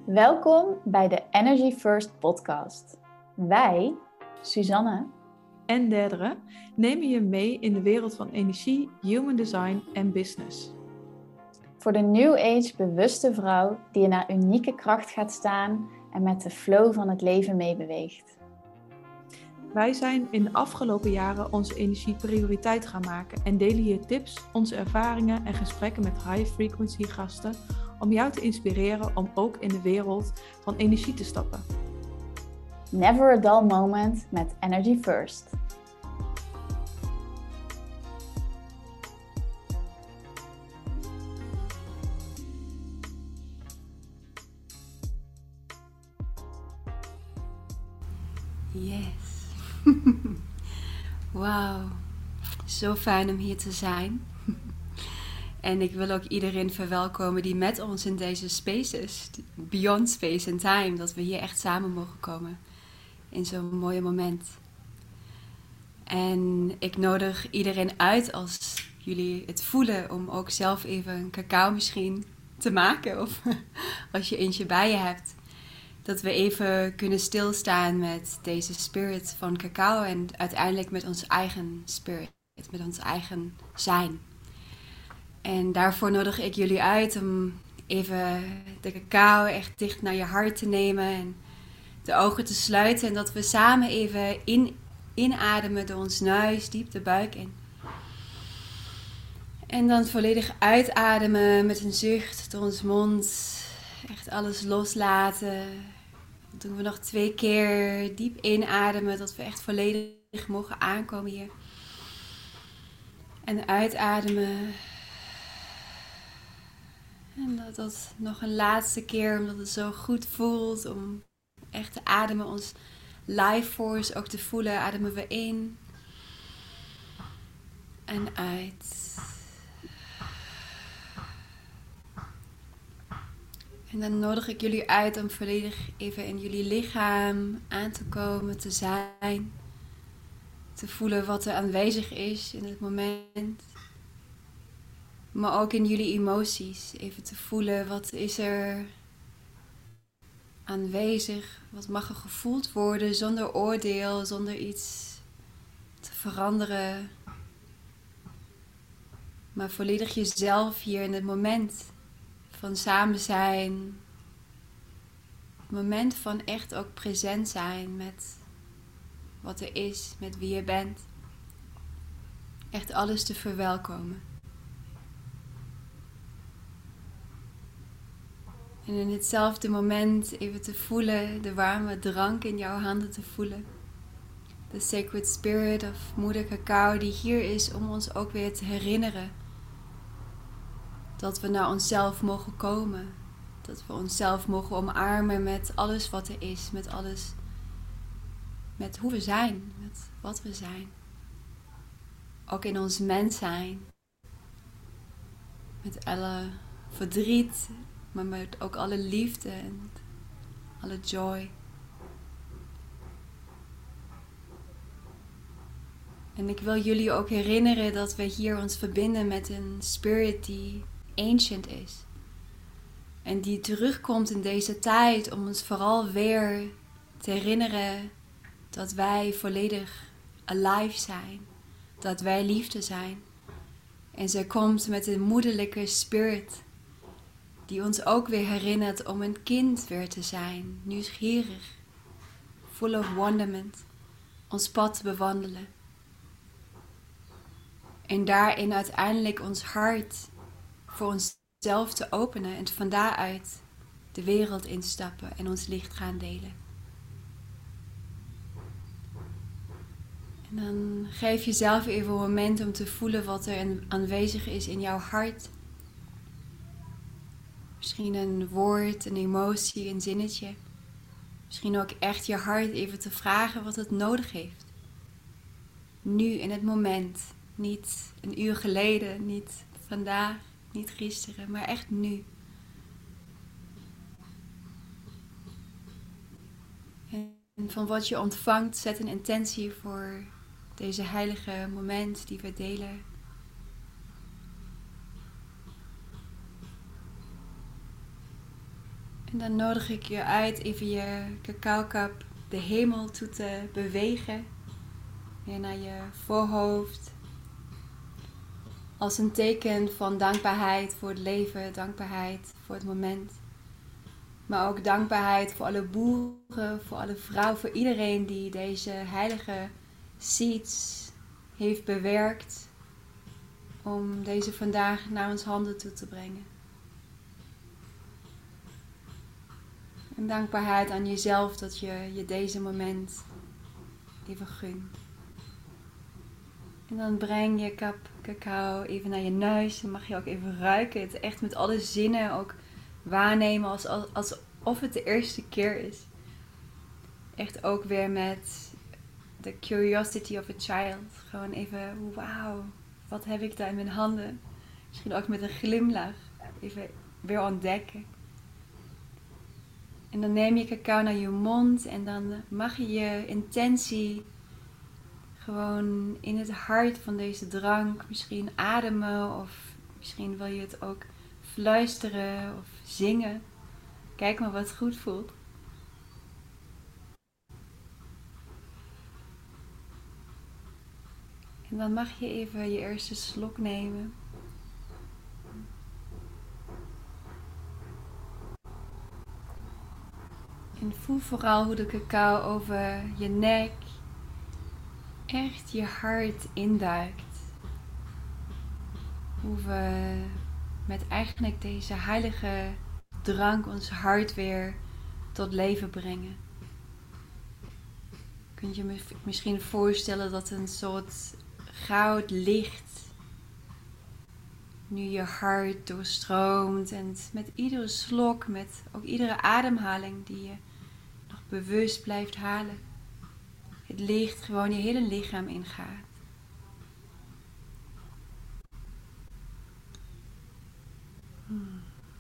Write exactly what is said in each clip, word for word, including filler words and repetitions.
Welkom bij de Energy First podcast. Wij, Suzanne en Derdere, nemen je mee in de wereld van energie, human design en business. Voor de New Age bewuste vrouw die in haar unieke kracht gaat staan en met de flow van het leven meebeweegt. Wij zijn in de afgelopen jaren onze energie prioriteit gaan maken en delen hier tips, onze ervaringen en gesprekken met high-frequency gasten om jou te inspireren om ook in de wereld van energie te stappen. Never a dull moment met Energy First. Yes. Wauw. Zo fijn om hier te zijn. En ik wil ook iedereen verwelkomen die met ons in deze space is. Beyond space and time. Dat we hier echt samen mogen komen. In zo'n mooi moment. En ik nodig iedereen uit als jullie het voelen om ook zelf even een cacao misschien te maken. Of als je eentje bij je hebt. Dat we even kunnen stilstaan met deze spirit van cacao en uiteindelijk met ons eigen spirit, met ons eigen zijn. En daarvoor nodig ik jullie uit om even de cacao echt dicht naar je hart te nemen en de ogen te sluiten. En dat we samen even in, inademen door ons neus, diep de buik in. En dan volledig uitademen met een zucht door ons mond. Echt alles loslaten. Dan doen we nog twee keer diep inademen, dat we echt volledig mogen aankomen hier. En uitademen. En dat, dat nog een laatste keer, omdat het zo goed voelt om echt te ademen. Ons life force ook te voelen. Ademen we in. En uit. En dan nodig ik jullie uit om volledig even in jullie lichaam aan te komen, te zijn. Te voelen wat er aanwezig is in het moment. Maar ook in jullie emoties. Even te voelen wat is er aanwezig. Wat mag er gevoeld worden zonder oordeel, zonder iets te veranderen. Maar volledig jezelf hier in het moment van samen zijn. Het moment van echt ook present zijn met wat er is, met wie je bent. Echt alles te verwelkomen. En in hetzelfde moment even te voelen, de warme drank in jouw handen te voelen. De sacred spirit of moeder cacao die hier is om ons ook weer te herinneren. Dat we naar onszelf mogen komen. Dat we onszelf mogen omarmen met alles wat er is. Met alles. Met hoe we zijn. Met wat we zijn. Ook in ons mens zijn. Met alle verdriet. Maar met ook alle liefde en alle joy. En ik wil jullie ook herinneren dat we hier ons verbinden met een spirit die ancient is. En die terugkomt in deze tijd om ons vooral weer te herinneren dat wij volledig alive zijn. Dat wij liefde zijn. En zij komt met een moederlijke spirit die ons ook weer herinnert om een kind weer te zijn. Nieuwsgierig. Full of wonderment. Ons pad te bewandelen. En daarin uiteindelijk ons hart voor onszelf te openen en van daaruit de wereld instappen en ons licht gaan delen. En dan geef jezelf even een moment om te voelen wat er aanwezig is in jouw hart. Misschien een woord, een emotie, een zinnetje. Misschien ook echt je hart even te vragen wat het nodig heeft. Nu in het moment. Niet een uur geleden, niet vandaag, niet gisteren, maar echt nu. En van wat je ontvangt, zet een intentie voor deze heilige moment die we delen. En dan nodig ik je uit even je cacaokap de hemel toe te bewegen. Weer naar je voorhoofd. Als een teken van dankbaarheid voor het leven, dankbaarheid voor het moment. Maar ook dankbaarheid voor alle boeren, voor alle vrouwen, voor iedereen die deze heilige seeds heeft bewerkt om deze vandaag naar ons handen toe te brengen. En dankbaarheid aan jezelf dat je je deze moment even gunt. En dan breng je kap cacao even naar je neus. Dan mag je ook even ruiken. Het echt met alle zinnen ook waarnemen als, als, alsof het de eerste keer is. Echt ook weer met the curiosity of a child. Gewoon even, wauw, wat heb ik daar in mijn handen? Misschien ook met een glimlach. Even weer ontdekken. En dan neem je cacao naar je mond en dan mag je je intentie gewoon in het hart van deze drank misschien ademen of misschien wil je het ook fluisteren of zingen. Kijk maar wat goed voelt. En dan mag je even je eerste slok nemen. En voel vooral hoe de cacao over je nek echt je hart induikt. Hoe we met eigenlijk deze heilige drank ons hart weer tot leven brengen. Kun je je misschien voorstellen dat een soort goud licht nu je hart doorstroomt en met iedere slok, met ook iedere ademhaling die je nog bewust blijft halen, het licht gewoon je hele lichaam ingaat. Hmm.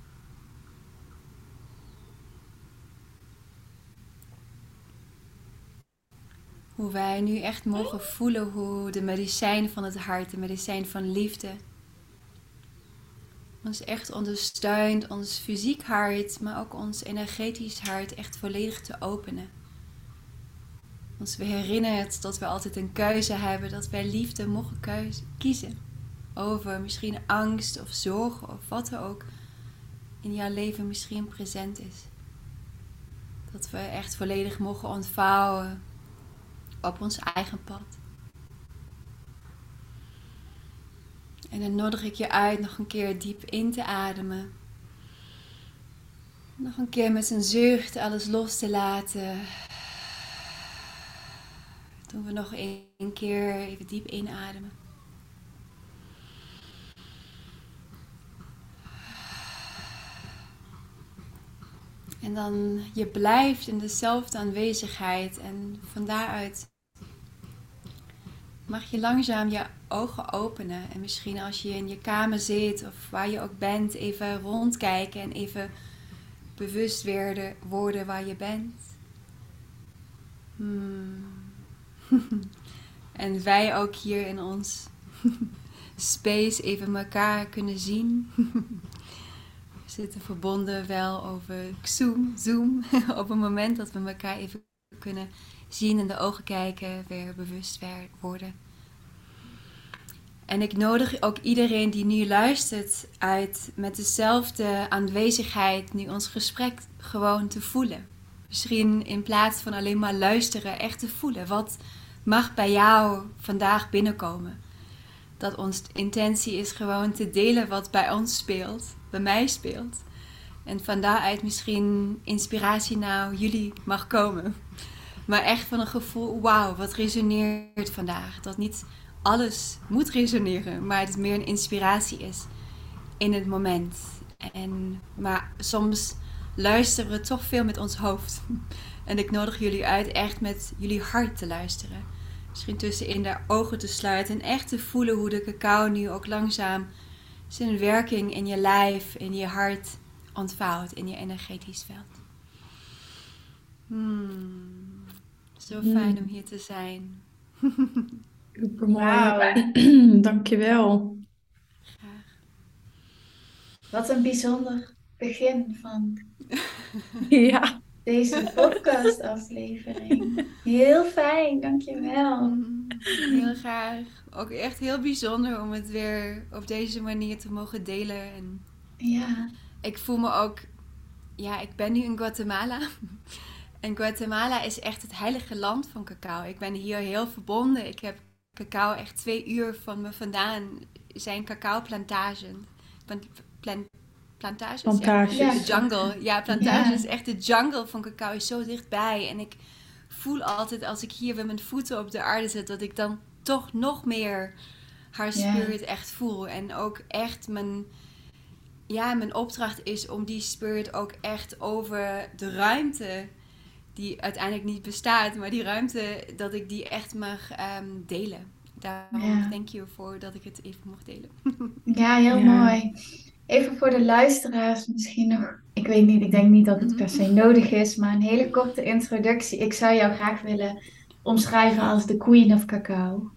Hoe wij nu echt mogen voelen hoe de medicijn van het hart, de medicijn van liefde, ons echt ondersteunt, ons fysiek hart, maar ook ons energetisch hart echt volledig te openen. Ons weer herinnert dat we altijd een keuze hebben, dat wij liefde mogen keuze, kiezen. Over misschien angst of zorgen of wat er ook in jouw leven misschien present is. Dat we echt volledig mogen ontvouwen op ons eigen pad. En dan nodig ik je uit nog een keer diep in te ademen. Nog een keer met een zucht alles los te laten. Doen we nog één keer even diep inademen. En dan je blijft in dezelfde aanwezigheid en van daaruit mag je langzaam je ogen openen. En misschien als je in je kamer zit of waar je ook bent, even rondkijken en even bewust werden, worden waar je bent. Hmm. En wij ook hier in ons space even elkaar kunnen zien. We zitten verbonden wel over Zoom, Zoom op het moment dat we elkaar even kunnen zien, in de ogen kijken, weer bewust worden. En ik nodig ook iedereen die nu luistert uit met dezelfde aanwezigheid nu ons gesprek gewoon te voelen. Misschien in plaats van alleen maar luisteren, echt te voelen. Wat mag bij jou vandaag binnenkomen? Dat onze intentie is gewoon te delen wat bij ons speelt, bij mij speelt. En van daaruit misschien inspiratie naar jullie mag komen. Maar echt van een gevoel, wauw, wat resoneert vandaag. Dat niet alles moet resoneren, maar het meer een inspiratie is in het moment. En, maar soms luisteren we toch veel met ons hoofd. En ik nodig jullie uit echt met jullie hart te luisteren. Misschien tussenin de ogen te sluiten en echt te voelen hoe de cacao nu ook langzaam zijn werking in je lijf, in je hart ontvouwt, in je energetisch veld. Hmm. Zo fijn om hier te zijn. Super mooi. Wauw. Dankjewel. Graag. Wat een bijzonder begin van Ja. deze podcastaflevering. Heel fijn, dankjewel. Mm, heel graag. Ook echt heel bijzonder om het weer op deze manier te mogen delen. En Ja, ik voel me ook... Ja, ik ben nu in Guatemala. En Guatemala is echt het heilige land van cacao. Ik ben hier heel verbonden. Ik heb cacao echt twee uur van me vandaan. Zijn cacao-plantages. Plant, plant, plantages? Plantages. Ja, Ja. de jungle. Ja, plantages. Ja. Echt de jungle van cacao is zo dichtbij. En ik voel altijd als ik hier met mijn voeten op de aarde zit... dat ik dan toch nog meer haar Ja. spirit echt voel. En ook echt mijn... Ja, mijn opdracht is om die spirit ook echt over de ruimte... die uiteindelijk niet bestaat, maar die ruimte, dat ik die echt mag um, delen. Daarom Ja. thank you voor dat ik het even mocht delen. ja, heel Ja. mooi. Even voor de luisteraars misschien nog. Ik weet niet, ik denk niet dat het per se nodig is, maar een hele korte introductie. Ik zou jou graag willen omschrijven als de Queen of Cacao.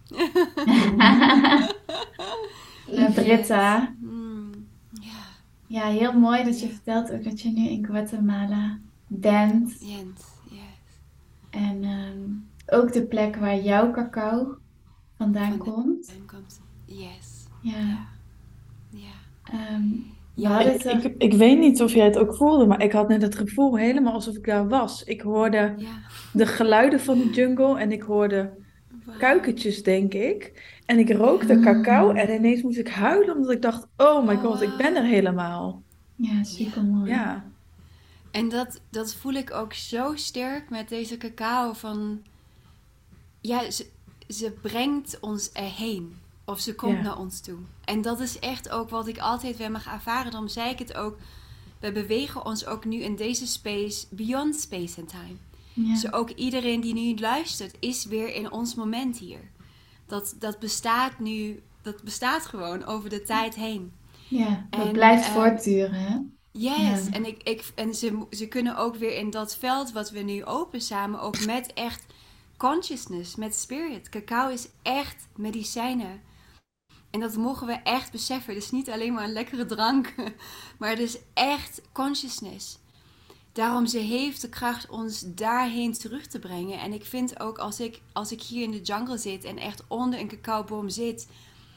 Uh, Britta. Mm, ja, Ja, heel mooi dat je vertelt ook dat je nu in Guatemala bent. Jens, yes. En ehm, ook de plek waar jouw cacao vandaan Van de- komt. En komt, yes. Ja. Ja. ehm, we Ja, hadden Ik, het er... ik, ik weet niet of jij het ook voelde, maar ik had net het gevoel helemaal alsof ik daar was. Ik hoorde Ja. de geluiden van de jungle en ik hoorde Wauw. kuikentjes, denk ik. En ik rookte Mm. cacao en ineens moest ik huilen omdat ik dacht, oh my Oh, god, ik ben er wow. helemaal. Ja, super mooi. Ja, En dat, dat voel ik ook zo sterk met deze cacao van... Ja, ze, ze brengt ons erheen. Of ze komt Ja. naar ons toe. En dat is echt ook wat ik altijd weer mag ervaren. Daarom zei ik het ook. We bewegen ons ook nu in deze space, beyond space and time. Ja. Dus ook iedereen die nu luistert, is weer in ons moment hier. Dat, dat bestaat nu, dat bestaat gewoon over de tijd heen. Ja, dat En, blijft eh, voortduren, hè? Yes, Ja. en, ik, ik, en ze, ze kunnen ook weer in dat veld wat we nu open samen, ook met echt consciousness, met spirit. Cacao is echt medicijnen. En dat mogen we echt beseffen. Het is niet alleen maar een lekkere drank, maar het is echt consciousness. Daarom ze heeft de kracht ons daarheen terug te brengen. En ik vind ook als ik, als ik hier in de jungle zit en echt onder een cacaoboom zit...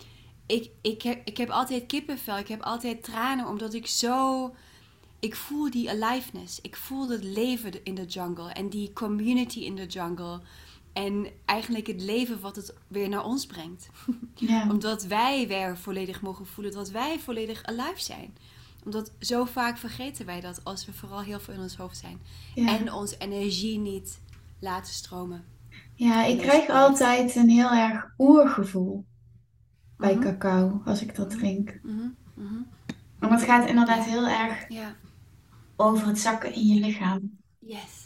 Ik, ik, heb, ik heb altijd kippenvel, ik heb altijd tranen, omdat ik zo... Ik voel die aliveness. Ik voel het leven in de jungle en die community in de jungle. En eigenlijk het leven wat het weer naar ons brengt. Ja. Omdat wij weer volledig mogen voelen dat wij volledig alive zijn. Omdat zo vaak vergeten wij dat als we vooral heel veel in ons hoofd zijn. Ja. En onze energie niet laten stromen. Ja, ik Dus krijg dat- altijd een heel erg oergevoel bij Mhm. cacao als ik dat drink. Mhm, mhm. Want het gaat inderdaad Ja. heel erg Ja, over het zakken in je lichaam. yes.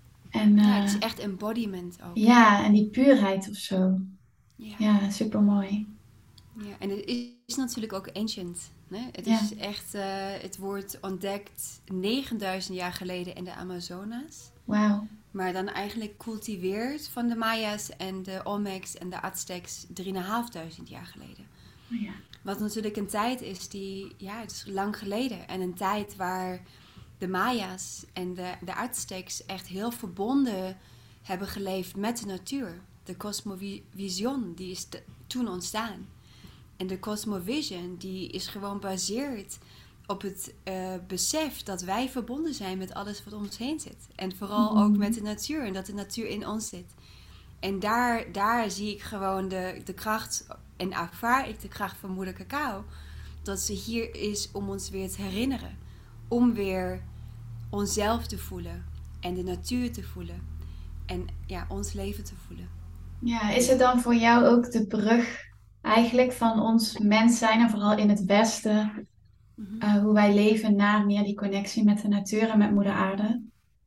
En Ja, eh, het is echt embodiment ook. ja, en die puurheid of zo. Ja. Ja, super mooi. Ja, en het is, is natuurlijk ook ancient. Hè? Het Ja. is echt, eh, het wordt ontdekt negenduizend jaar geleden in de Amazonas. Wauw. Maar dan eigenlijk cultiveerd van de Maya's en de Olmecs en de Aztecs drieënhalfduizend jaar geleden. Oh ja. Wat natuurlijk een tijd is die, ja, het is lang geleden. En een tijd waar de Maya's en de, de Aztecs echt heel verbonden hebben geleefd met de natuur. De Cosmovision, die is te- toen ontstaan. En de Cosmovision, die is gewoon gebaseerd op het eh, besef dat wij verbonden zijn met alles wat om ons heen zit. En vooral Mhm. ook met de natuur en dat de natuur in ons zit. En daar, daar zie ik gewoon de, de kracht en ervaar ik de kracht van moeder cacao. Dat ze hier is om ons weer te herinneren. Om weer onszelf te voelen. En de natuur te voelen. En ja, ons leven te voelen. Ja, is het dan voor jou ook de brug eigenlijk van ons mens zijn en vooral in het Westen, Mhm. eh, hoe wij leven naar meer die connectie met de natuur en met moeder aarde?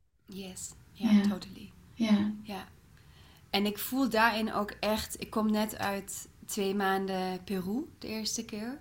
Yes, ja, Ja. totally. Ja, Ja. En ik voel daarin ook echt... Ik kom net uit twee maanden Peru, de eerste keer.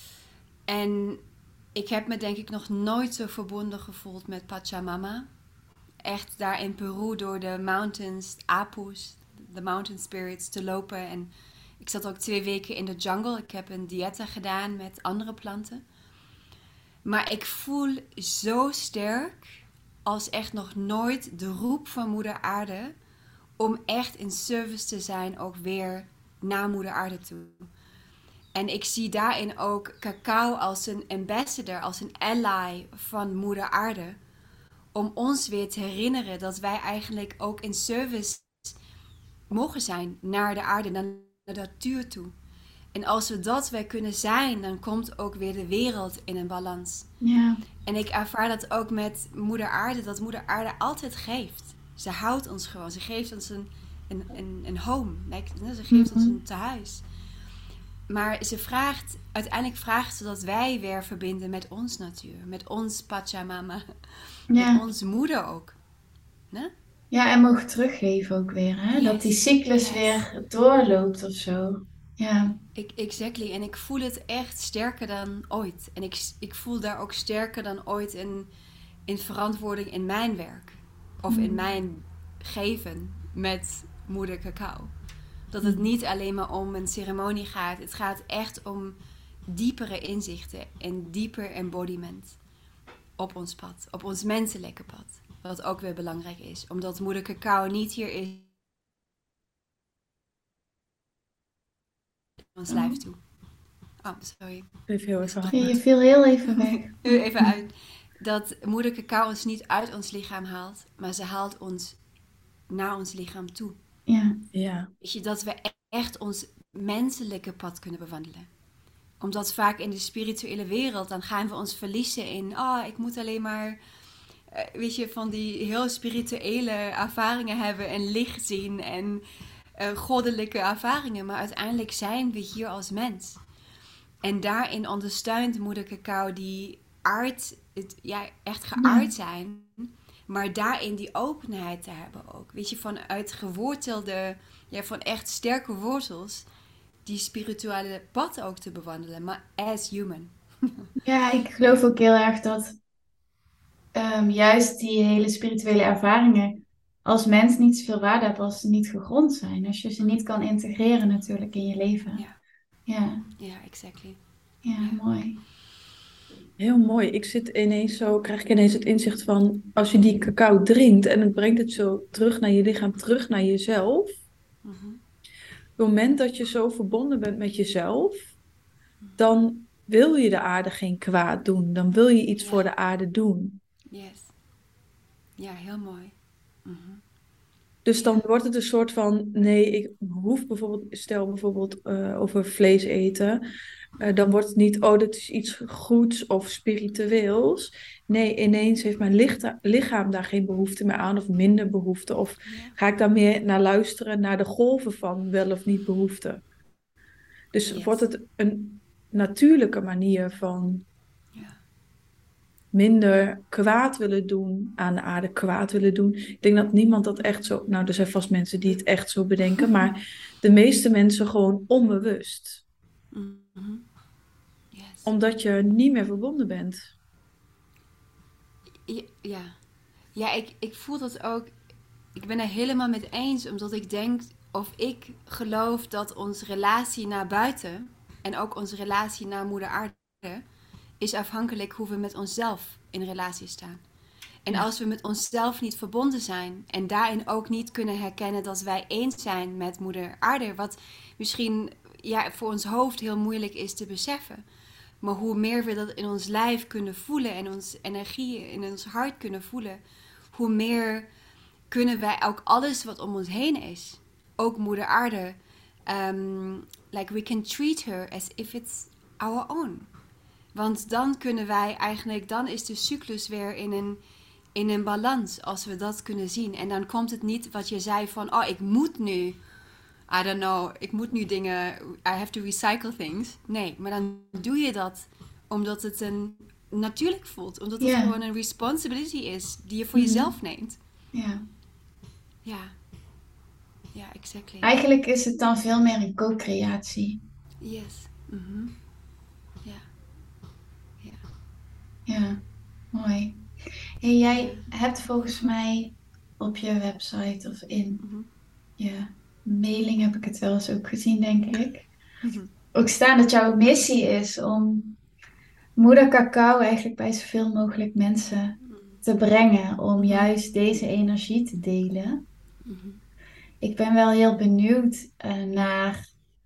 En ik heb me denk ik nog nooit zo verbonden gevoeld met Pachamama. Echt daar in Peru door de mountains, Apus, de mountain spirits te lopen. En ik zat ook twee weken in de jungle. Ik heb een diëta gedaan met andere planten. Maar ik voel zo sterk als echt nog nooit de roep van Moeder Aarde om echt in service te zijn ook weer naar Moeder Aarde toe. En ik zie daarin ook cacao als een ambassador, als een ally van Moeder Aarde. Om ons weer te herinneren dat wij eigenlijk ook in service mogen zijn naar de aarde, naar de natuur toe. En als we dat weer kunnen zijn, dan komt ook weer de wereld in een balans. Ja. En ik ervaar dat ook met Moeder Aarde, dat Moeder Aarde altijd geeft. Ze houdt ons gewoon, ze geeft ons een, een, een, een home, like, ze geeft mm-hmm. ons een tehuis. Maar ze vraagt, uiteindelijk vraagt ze dat wij weer verbinden met ons natuur, met ons Pachamama, Ja. met ons moeder ook. Ne? Ja, en mogen teruggeven ook weer, hè? Yes. Dat die cyclus Yes. weer doorloopt of zo. Ja. Ik, exactly. En ik voel het echt sterker dan ooit. En ik, ik voel daar ook sterker dan ooit in, in verantwoording in mijn werk. Of Mm. in mijn geven met moeder cacao. Dat het niet alleen maar om een ceremonie gaat. Het gaat echt om diepere inzichten en dieper embodiment op ons pad. Op ons menselijke pad. Wat ook weer belangrijk is. Omdat moeder cacao niet hier is ons Oh. lijf toe. Oh, sorry. Even heel even Ja, je viel heel even weg. Even uit. Dat moeder cacao ons niet uit ons lichaam haalt, maar ze haalt ons naar ons lichaam toe. Ja. Ja. Weet je, dat we echt ons menselijke pad kunnen bewandelen. Omdat vaak in de spirituele wereld, dan gaan we ons verliezen in, oh, ik moet alleen maar, uh, weet je, van die heel spirituele ervaringen hebben en licht zien en uh, goddelijke ervaringen. Maar uiteindelijk zijn we hier als mens. En daarin ondersteunt moeder cacao die aard, het, ja, echt geaard zijn, maar daarin die openheid te hebben ook. Weet je, vanuit gewortelde, ja, van echt sterke wortels, die spirituele pad ook te bewandelen, maar as human. Ja, ik geloof ook heel erg dat um, juist die hele spirituele ervaringen als mens niet zoveel waarde hebben als ze niet gegrond zijn. Als je ze niet kan integreren natuurlijk in je leven. Ja, Ja, ja, exactly. ja, mooi. Heel mooi. Ik zit ineens zo, krijg ik ineens het inzicht van, als je die cacao drinkt en het brengt het zo terug naar je lichaam, terug naar jezelf. Mm-hmm. Op het moment dat je zo verbonden bent met jezelf, dan wil je de aarde geen kwaad doen. Dan wil je iets Ja. voor de aarde doen. Yes. Ja, heel mooi. Mm-hmm. Dus dan wordt het een soort van, nee, ik hoef bijvoorbeeld, stel bijvoorbeeld uh, over vlees eten. Uh, dan wordt het niet, oh, dat is iets goeds of spiritueels. Nee, ineens heeft mijn licha- lichaam daar geen behoefte meer aan of minder behoefte. Of Ja. ga ik daar meer naar luisteren, naar de golven van wel of niet behoefte. Dus Yes. wordt het een natuurlijke manier van Ja. minder kwaad willen doen, aan de aarde kwaad willen doen. Ik denk dat niemand dat echt zo... Nou, er zijn vast mensen die het echt zo bedenken, maar de meeste mensen gewoon onbewust. Mm-hmm. Yes. Omdat je niet meer verbonden bent. Ja, ja. ja ik, ik voel dat ook. Ik ben er helemaal mee eens, omdat ik denk, of ik geloof dat onze relatie naar buiten en ook onze relatie naar moeder aarde is afhankelijk hoe we met onszelf in relatie staan. En Ja. als we met onszelf niet verbonden zijn en daarin ook niet kunnen herkennen dat wij eens zijn met moeder aarde, wat misschien ja, voor ons hoofd heel moeilijk is te beseffen. Maar hoe meer we dat in ons lijf kunnen voelen en onze energie in ons hart kunnen voelen, hoe meer kunnen wij ook alles wat om ons heen is, ook moeder aarde, um, like we can treat her as if it's our own. Want dan kunnen wij eigenlijk, dan is de cyclus weer in een, in een balans als we dat kunnen zien. En dan komt het niet wat je zei van, oh ik moet nu, I don't know, ik moet nu dingen, I have to recycle things. Nee, maar dan doe je dat omdat het een natuurlijk voelt. Omdat het Ja. gewoon een responsibility is die je voor Mhm. jezelf neemt. Ja. Ja. Ja, exactly. Eigenlijk is het dan veel meer een co-creatie. Yes. Mhm. Ja. Ja. Ja, mooi. Hey, jij hebt volgens mij op je website of in Mhm. je mailing heb ik het wel eens ook gezien, denk ik. Mhm. Ook staan dat jouw missie is om moeder cacao eigenlijk bij zoveel mogelijk mensen te brengen om juist deze energie te delen. Mm-hmm. Ik ben wel heel benieuwd uh, naar,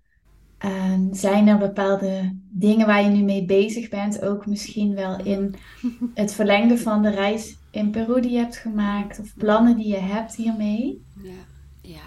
uh, zijn er bepaalde dingen waar je nu mee bezig bent, ook misschien wel in het verlengde van de reis in Peru die je hebt gemaakt, of plannen die je hebt hiermee? Ja, ja.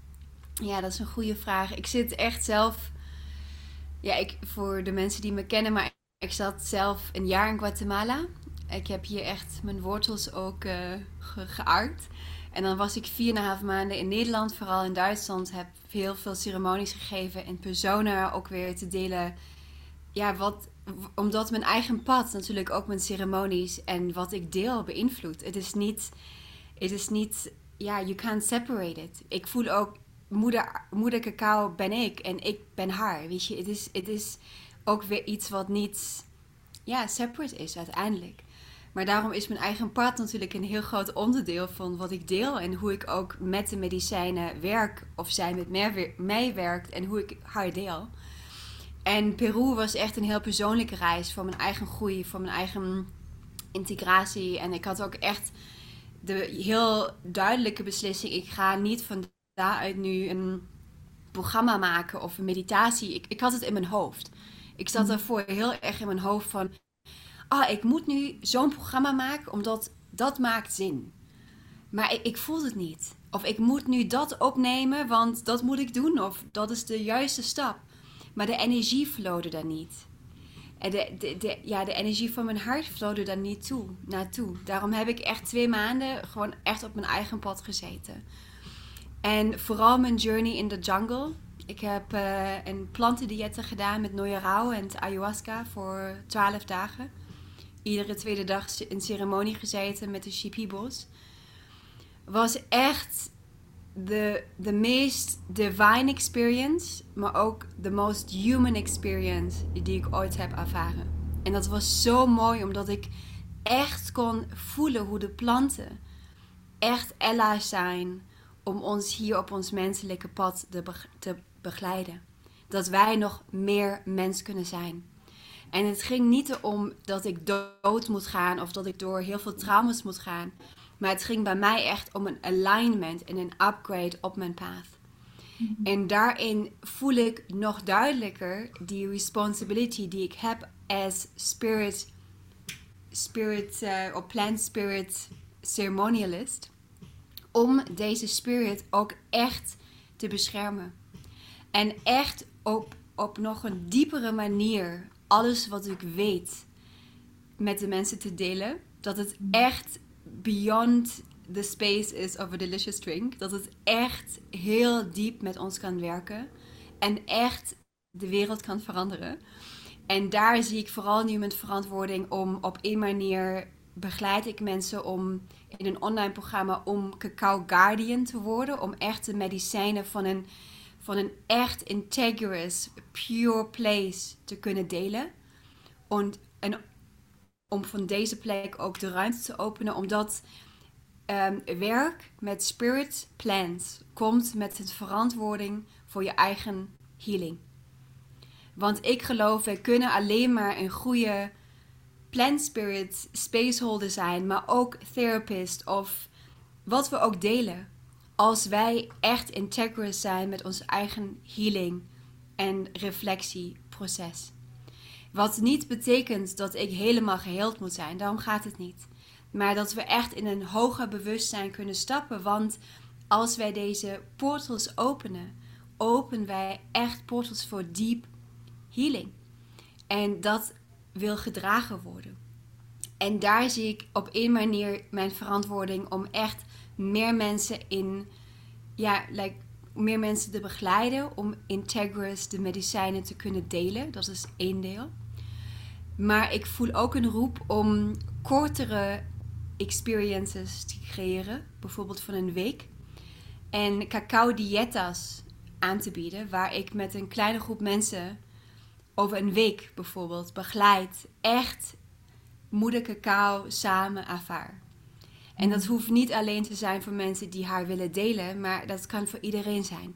Ja, dat is een goede vraag. Ik zit echt zelf, ja, ik, voor de mensen die me kennen, maar ik zat zelf een jaar in Guatemala. Ik heb hier echt mijn wortels ook uh, ge- geaard. En dan was ik vier en een half maanden in Nederland, vooral in Duitsland. Heb heel veel ceremonies gegeven in persona, ook weer te delen. Ja, wat, omdat mijn eigen pad natuurlijk ook mijn ceremonies en wat ik deel beïnvloedt. Het is niet, het is niet, ja, you can't separate it. Ik voel ook, moeder, moeder cacao ben ik en ik ben haar, weet je. Het is, het is ook weer iets wat niet, ja, separate is uiteindelijk. Maar daarom is mijn eigen pad natuurlijk een heel groot onderdeel van wat ik deel. En hoe ik ook met de medicijnen werk. Of zij met mij, mij werkt en hoe ik haar deel. En Peru was echt een heel persoonlijke reis voor mijn eigen groei. Voor mijn eigen integratie. En ik had ook echt de heel duidelijke beslissing. Ik ga niet van daaruit nu een programma maken of een meditatie. Ik, ik had het in mijn hoofd. Ik zat daarvoor heel erg in mijn hoofd van... Ah, ik moet nu zo'n programma maken, omdat dat maakt zin. Maar ik, ik voel het niet. Of ik moet nu dat opnemen, want dat moet ik doen. Of dat is de juiste stap. Maar de energie flowde daar niet. En de, de, de, ja, de energie van mijn hart flowde daar niet toe, naartoe. Daarom heb ik echt twee maanden gewoon echt op mijn eigen pad gezeten. En vooral mijn journey in de jungle. Ik heb uh, een plantendieet gedaan met Noyarao en ayahuasca voor twaalf dagen. Iedere tweede dag een ceremonie gezeten met de Shipibos. Was echt de, de meest divine experience, maar ook de most human experience die ik ooit heb ervaren. En dat was zo mooi, omdat ik echt kon voelen hoe de planten echt allies zijn om ons hier op ons menselijke pad te, be- te begeleiden. Dat wij nog meer mens kunnen zijn. En het ging niet om dat ik dood moet gaan of dat ik door heel veel trauma's moet gaan. Maar het ging bij mij echt om een alignment en een upgrade op mijn path. Mm-hmm. En daarin voel ik nog duidelijker die responsibility die ik heb als spirit, spirit uh, of plant spirit ceremonialist. Om deze spirit ook echt te beschermen. En echt op, op nog een diepere manier alles wat ik weet met de mensen te delen. Dat het echt beyond the space is of a delicious drink. Dat het echt heel diep met ons kan werken. En echt de wereld kan veranderen. En daar zie ik vooral nu mijn verantwoording om op één manier begeleid ik mensen om in een online programma om Cacao Guardian te worden. Om echt de medicijnen van een, van een echt integrous, pure place te kunnen delen. En, en om van deze plek ook de ruimte te openen. Omdat um, werk met spirit plants komt met de verantwoording voor je eigen healing. Want ik geloof, wij kunnen alleen maar een goede plant spirit spaceholder zijn, maar ook therapist of wat we ook delen. Als wij echt integrous zijn met ons eigen healing en reflectieproces. Wat niet betekent dat ik helemaal geheeld moet zijn, daarom gaat het niet. Maar dat we echt in een hoger bewustzijn kunnen stappen, want als wij deze portals openen, openen wij echt portals voor deep healing. En dat wil gedragen worden. En daar zie ik op één manier mijn verantwoording om echt meer mensen in, ja, like, meer mensen te begeleiden, om integrous de medicijnen te kunnen delen. Dat is één deel. Maar ik voel ook een roep om kortere experiences te creëren, bijvoorbeeld van een week. En cacao dietas aan te bieden, waar ik met een kleine groep mensen over een week bijvoorbeeld begeleid echt moeder cacao samen ervaar. En dat hoeft niet alleen te zijn voor mensen die haar willen delen, maar dat kan voor iedereen zijn.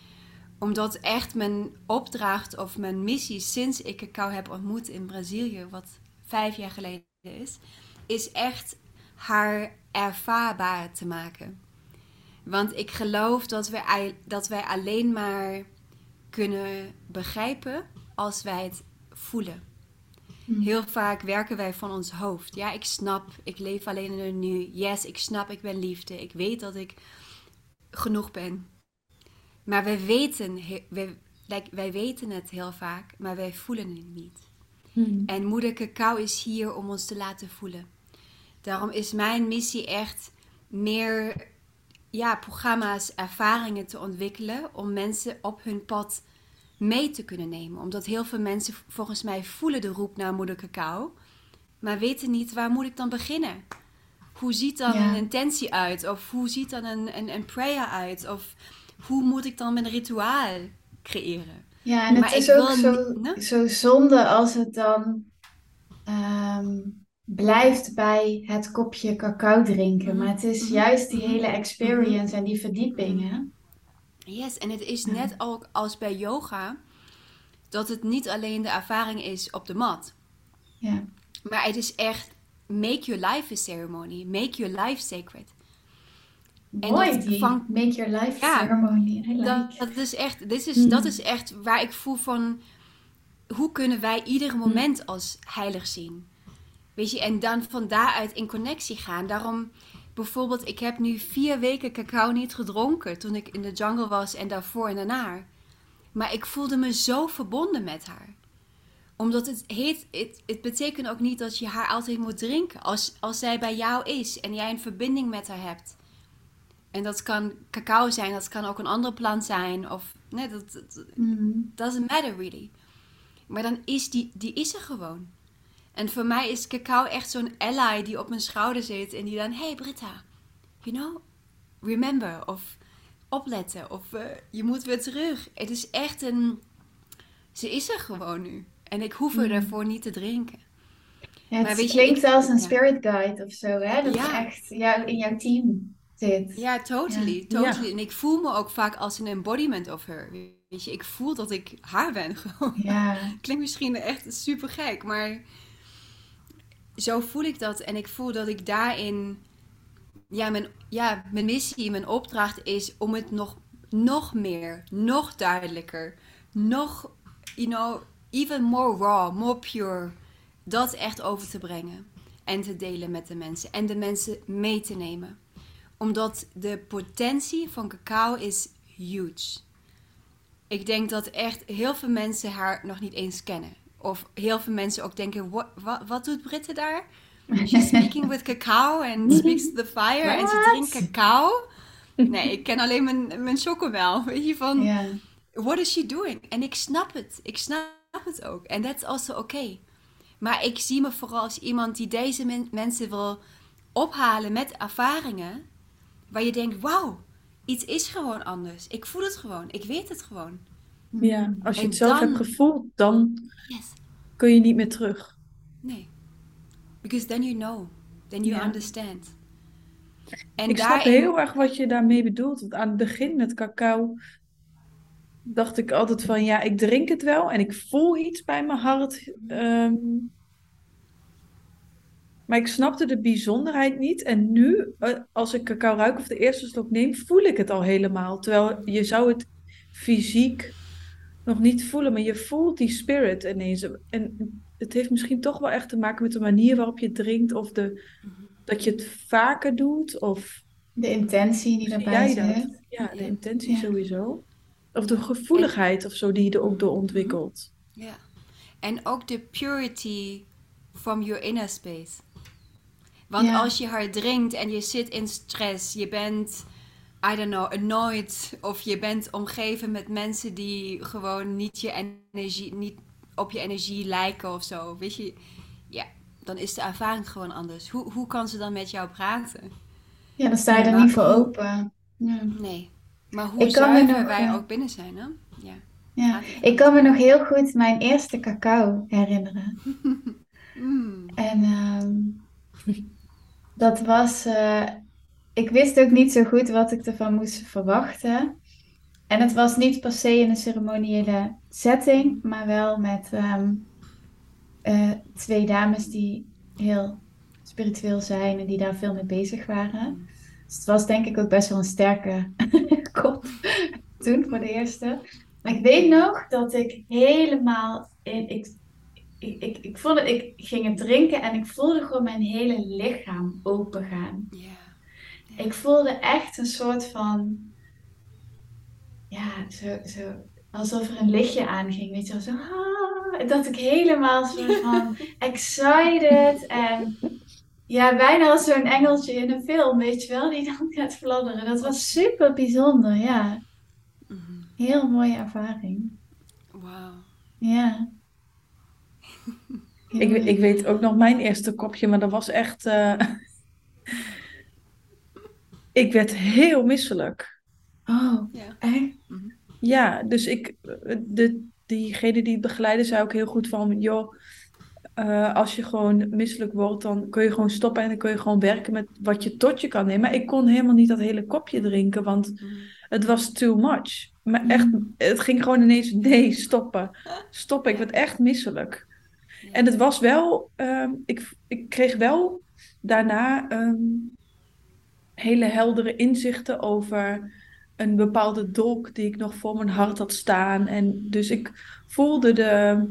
Omdat echt mijn opdracht of mijn missie sinds ik cacao heb ontmoet in Brazilië, wat vijf jaar geleden is, is echt haar ervaarbaar te maken. Want ik geloof dat wij, dat wij alleen maar kunnen begrijpen als wij het voelen. Mm. Heel vaak werken wij van ons hoofd. Ja, ik snap, ik leef alleen in het nu. Yes, ik snap, ik ben liefde. Ik weet dat ik genoeg ben. Maar wij weten, wij, like, wij weten het heel vaak, maar wij voelen het niet. Hmm. En moeder cacao is hier om ons te laten voelen. Daarom is mijn missie echt meer ja, programma's, ervaringen te ontwikkelen om mensen op hun pad mee te kunnen nemen. Omdat heel veel mensen volgens mij voelen de roep naar moeder cacao, maar weten niet waar moet ik dan beginnen. Hoe ziet dan Ja. een intentie uit? Of hoe ziet dan een, een, een prayer uit? Of hoe moet ik dan mijn rituaal creëren? Ja, en het Maar is ik ook wil zo, niet- ne? zo zonde als het dan ehm, blijft bij het kopje cacao drinken. Mhm, Maar het is mhm, juist die mhm, hele mhm. experience en die verdiepingen. Yes, en het is Ja. net ook als bij yoga, dat het niet alleen de ervaring is op de mat. Ja. Maar het is echt, make your life a ceremony. Make your life sacred. En Mooi dat die van- make your life Ja, ceremony. I like. Dat, dat, is echt, dit is, Mm. dat is echt waar ik voel van, hoe kunnen wij ieder moment als heilig zien? Weet je, en dan van daaruit in connectie gaan. Daarom, bijvoorbeeld, ik heb nu vier weken cacao niet gedronken toen ik in de jungle was en daarvoor en daarna. Maar ik voelde me zo verbonden met haar. Omdat het heet, het, het betekent ook niet dat je haar altijd moet drinken. Als, als zij bij jou is en jij een verbinding met haar hebt. En dat kan cacao zijn, dat kan ook een andere plant zijn. Of, nee, dat, dat Mm. doesn't matter really. Maar dan is die, die is er gewoon. En voor mij is cacao echt zo'n ally die op mijn schouder zit. En die dan, hey Britta, you know, remember. Of opletten. Of uh, je moet weer terug. Het is echt een, ze is er gewoon nu. En ik hoef er Mm. daarvoor niet te drinken. Ja, het Maar weet je, klinkt ik- als een ja. spirit guide of zo, hè? Dat Ja. is echt jou, in jouw team zit. Ja, totally, Ja. totally. Ja. En ik voel me ook vaak als een embodiment of her. Weet je, ik voel dat ik haar ben gewoon. Ja. Klinkt misschien echt super gek, maar zo voel ik dat. En ik voel dat ik daarin, ja, mijn, ja, mijn missie, mijn opdracht is om het nog, nog meer, nog duidelijker, nog, you know, even more raw, more pure, dat echt over te brengen. En te delen met de mensen. En de mensen mee te nemen. Omdat de potentie van cacao is huge. Ik denk dat echt heel veel mensen haar nog niet eens kennen. Of heel veel mensen ook denken, wat, wat, wat doet Britta daar? She's speaking with cacao and speaks to the fire en ze What? drinkt cacao. Nee, ik ken alleen mijn, mijn chocomel. Weet je, van, Ja. what is she doing? En ik snap het. Ik snap het ook. En that's also okay. Maar ik zie me vooral als iemand die deze men- mensen wil ophalen met ervaringen. Waar je denkt, wauw, iets is gewoon anders. Ik voel het gewoon. Ik weet het gewoon. Ja, als je En het zelf dan- hebt gevoeld, dan Yes. kun je niet meer terug. Nee. Because then you know. Then you Ja. understand. En Ik snap daarin- heel erg wat je daarmee bedoelt. Want aan het begin met cacao dacht ik altijd van, ja, ik drink het wel en ik voel iets bij mijn hart. ehm, maar ik snapte de bijzonderheid niet. En nu, eh, als ik cacao ruik of de eerste slok neem, voel ik het al helemaal. Terwijl je zou het fysiek nog niet voelen, maar je voelt die spirit ineens. En het heeft misschien toch wel echt te maken met de manier waarop je het drinkt. Of de, dat je het vaker doet. Of De intentie die zie erbij jij dat? zit. Ja, de Ja. intentie Ja. sowieso. Of de gevoeligheid of zo die je er ook door ontwikkelt. Ja. En ook de purity from your inner space. Want Ja. als je haar drinkt en je zit in stress, je bent, I don't know, annoyed. Of je bent omgeven met mensen die gewoon niet, je energie, niet op je energie lijken of zo. Weet je, ja, dan is de ervaring gewoon anders. Hoe, hoe kan ze dan met jou praten? Ja, dan sta je Ja, er maar niet voor hoe- open. Ja. Nee. Maar hoe Ik kan me zuiver nog, wij eh, ook binnen zijn, hè? Ja. Ja. Gaat het. Ik kan me nog heel goed mijn eerste cacao herinneren. Mm. En ehm, dat was... eh, ik wist ook niet zo goed wat ik ervan moest verwachten. En het was niet per se in een ceremoniële setting, maar wel met ehm, eh, twee dames die heel spiritueel zijn en die daar veel mee bezig waren. Dus het was denk ik ook best wel een sterke kop toen voor de eerste. Maar ik weet nog dat ik helemaal in... Ik, ik, ik, ik, voelde, ik ging het drinken en ik voelde gewoon mijn hele lichaam open gaan. Ja. Ik voelde echt een soort van... Ja, zo, zo, alsof er een lichtje aanging, weet je wel. Zo, ah, dat ik helemaal zo van excited en... Ja, bijna als zo'n engeltje in een film, weet je wel, die dan gaat fladderen. Dat was super bijzonder, ja. Mhm. Heel mooie ervaring. Wauw. Ja. Heel Ik, mooi. ik weet ook nog mijn eerste kopje, maar dat was echt... eh, ik werd heel misselijk. Oh, Ja. echt? Mhm. Ja, dus ik... De, diegene die het begeleidde zei ook heel goed van... Joh, eh, als je gewoon misselijk wordt, dan kun je gewoon stoppen en dan kun je gewoon werken met wat je tot je kan nemen. Maar ik kon helemaal niet dat hele kopje drinken, want Mhm. het was too much. Maar echt, het ging gewoon ineens, nee, stoppen. Stoppen, ik werd echt misselijk. Ja. En het was wel, ehm, ik, ik kreeg wel daarna ehm, hele heldere inzichten over een bepaalde dolk die ik nog voor mijn hart had staan. En dus ik voelde de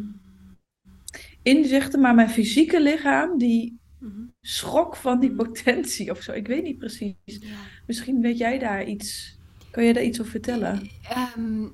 inzichten, maar mijn fysieke lichaam, die Mhm. schrok van die Mhm. potentie of zo. Ik weet niet precies. Ja. Misschien weet jij daar iets, kan je daar iets over vertellen? Ehm,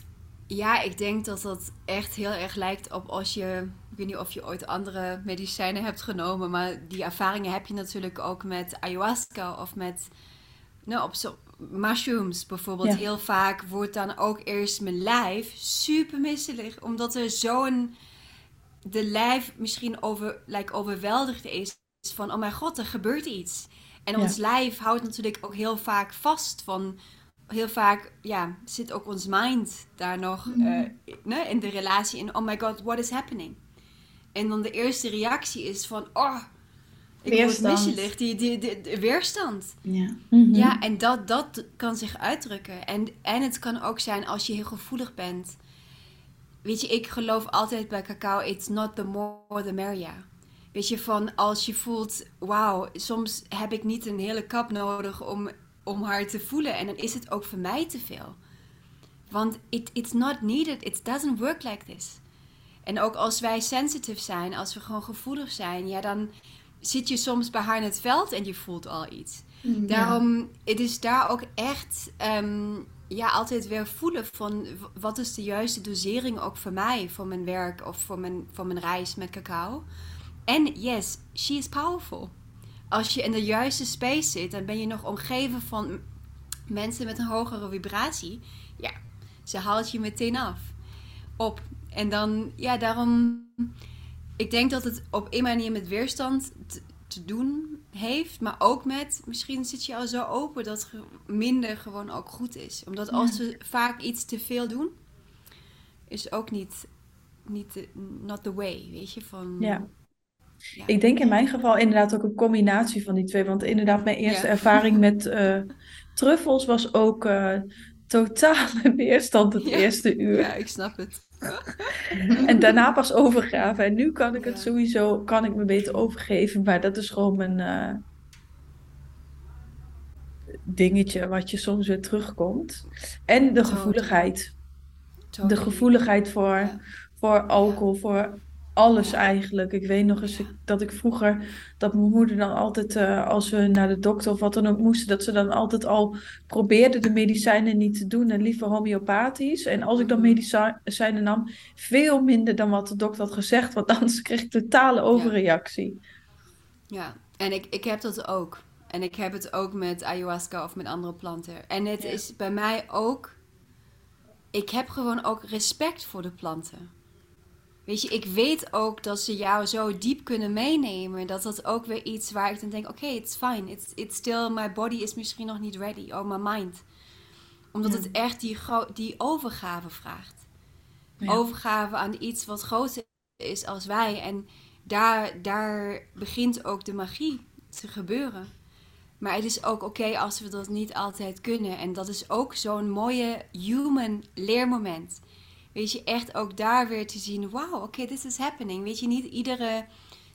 ja, ik denk dat dat echt heel erg lijkt op als je... Ik weet niet of je ooit andere medicijnen hebt genomen, maar die ervaringen heb je natuurlijk ook met ayahuasca of met... Nou, op zo, mushrooms bijvoorbeeld. Ja. Heel vaak wordt dan ook eerst mijn lijf super misselijk, omdat er zo'n... De lijf misschien over, like, overweldigd is van, oh mijn god, er gebeurt iets. En Ja. ons lijf houdt natuurlijk ook heel vaak vast van... Heel vaak ja, zit ook ons mind daar nog Mhm. eh, ne, in de relatie in... Oh my god, what is happening? En dan de eerste reactie is van... Oh, ik word Weerstand. misselijk. Die, die, die, die weerstand. Ja. Mhm. Ja, en dat, dat kan zich uitdrukken. En, en het kan ook zijn als je heel gevoelig bent. Weet je, ik geloof altijd bij cacao, it's not the more the merrier. Weet je, van als je voelt, wauw, soms heb ik niet een hele kap nodig om, om haar te voelen. En dan is het ook voor mij te veel. Want it, it's not needed, it doesn't work like this. En ook als wij sensitive zijn, als we gewoon gevoelig zijn, ja, dan zit je soms bij haar in het veld en je voelt al iets. Ja. Daarom, het is daar ook echt ehm, ja, altijd weer voelen van w- wat is de juiste dosering ook voor mij, voor mijn werk of voor mijn, voor mijn reis met cacao. En yes, she is powerful. Als je in de juiste space zit, dan ben je nog omgeven van m- mensen met een hogere vibratie. Ja, ze haalt je meteen af. Op. En dan, ja, daarom... Ik denk dat het op een manier met weerstand te, te doen heeft. Maar ook met, misschien zit je al zo open dat ge- minder gewoon ook goed is. Omdat als we vaak iets te veel doen, is ook niet, niet de, not the way, weet je. Van, Ja. ja. Ik denk in mijn geval inderdaad ook een combinatie van die twee. Want inderdaad, mijn eerste Ja. ervaring met eh, truffels was ook eh, totale weerstand het Ja. eerste uur. Ja, ik snap het. En daarna pas overgave. En nu kan ik het Ja. sowieso, kan ik me beter overgeven. Maar dat is gewoon mijn eh, dingetje wat je soms weer terugkomt. En de Totally. gevoeligheid. Totally. De gevoeligheid voor, Ja. voor alcohol, voor alles eigenlijk. Ik weet nog eens Ja. ik- dat ik vroeger, dat mijn moeder dan altijd, eh, als we naar de dokter of wat dan ook moesten, dat ze dan altijd al probeerde de medicijnen niet te doen en liever homeopathisch. En als ik dan Mhm. medicijnen nam, veel minder dan wat de dokter had gezegd, want anders kreeg ik totale overreactie. Ja, en ik, ik heb dat ook. En ik heb het ook met ayahuasca of met andere planten. En het Ja. is bij mij ook... Ik heb gewoon ook respect voor de planten. Weet je, ik weet ook dat ze jou zo diep kunnen meenemen. Dat dat ook weer iets waar ik dan denk... Oké, it's fine. It's, it's still... My body is misschien nog niet ready. Or my mind. Omdat Ja. het echt die, gro- die overgave vraagt. Ja. Overgave aan iets wat groter is als wij. En daar, daar begint ook de magie te gebeuren. Maar het is ook oké als we dat niet altijd kunnen. En dat is ook zo'n mooie human leermoment. Weet je, echt ook daar weer te zien... Wauw, oké, this is happening. Weet je, niet iedere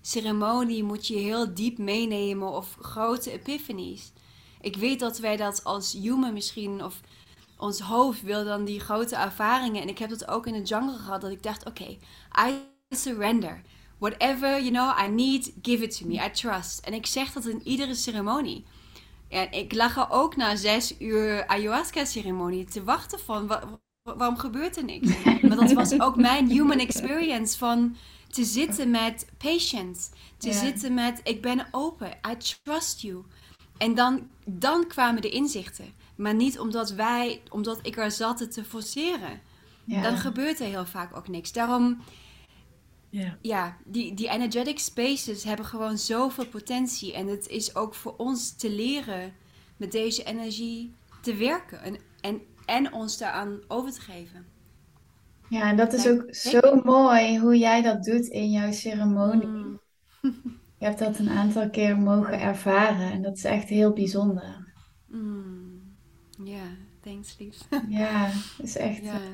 ceremonie moet je heel diep meenemen of grote epiphanies. Ik weet dat wij dat als human misschien, of ons hoofd wil dan die grote ervaringen. En ik heb dat ook in de jungle gehad, dat ik dacht, oké, okay, I surrender. Whatever, you know, I need, give it to me. I trust. En ik zeg dat in iedere ceremonie. En ik lag er ook na zes uur ayahuasca-ceremonie te wachten van, wa- wa- waarom gebeurt er niks? Maar dat was ook mijn human experience van te zitten met patience. Te Ja. zitten met, ik ben open. I trust you. En dan, dan kwamen de inzichten. Maar niet omdat wij, omdat ik er zat het te forceren. Ja. Dan gebeurt er heel vaak ook niks. Daarom, Ja. ja, die, die energetic spaces hebben gewoon zoveel potentie. En het is ook voor ons te leren met deze energie te werken. En, en, en ons daaraan over te geven. Ja, en dat is Lijkt- ook zo mooi hoe jij dat doet in jouw ceremonie. Mm. Je hebt dat een aantal keer mogen ervaren en dat is echt heel bijzonder. Mm. Ja, thanks lief. Ja, dat is echt... Ja.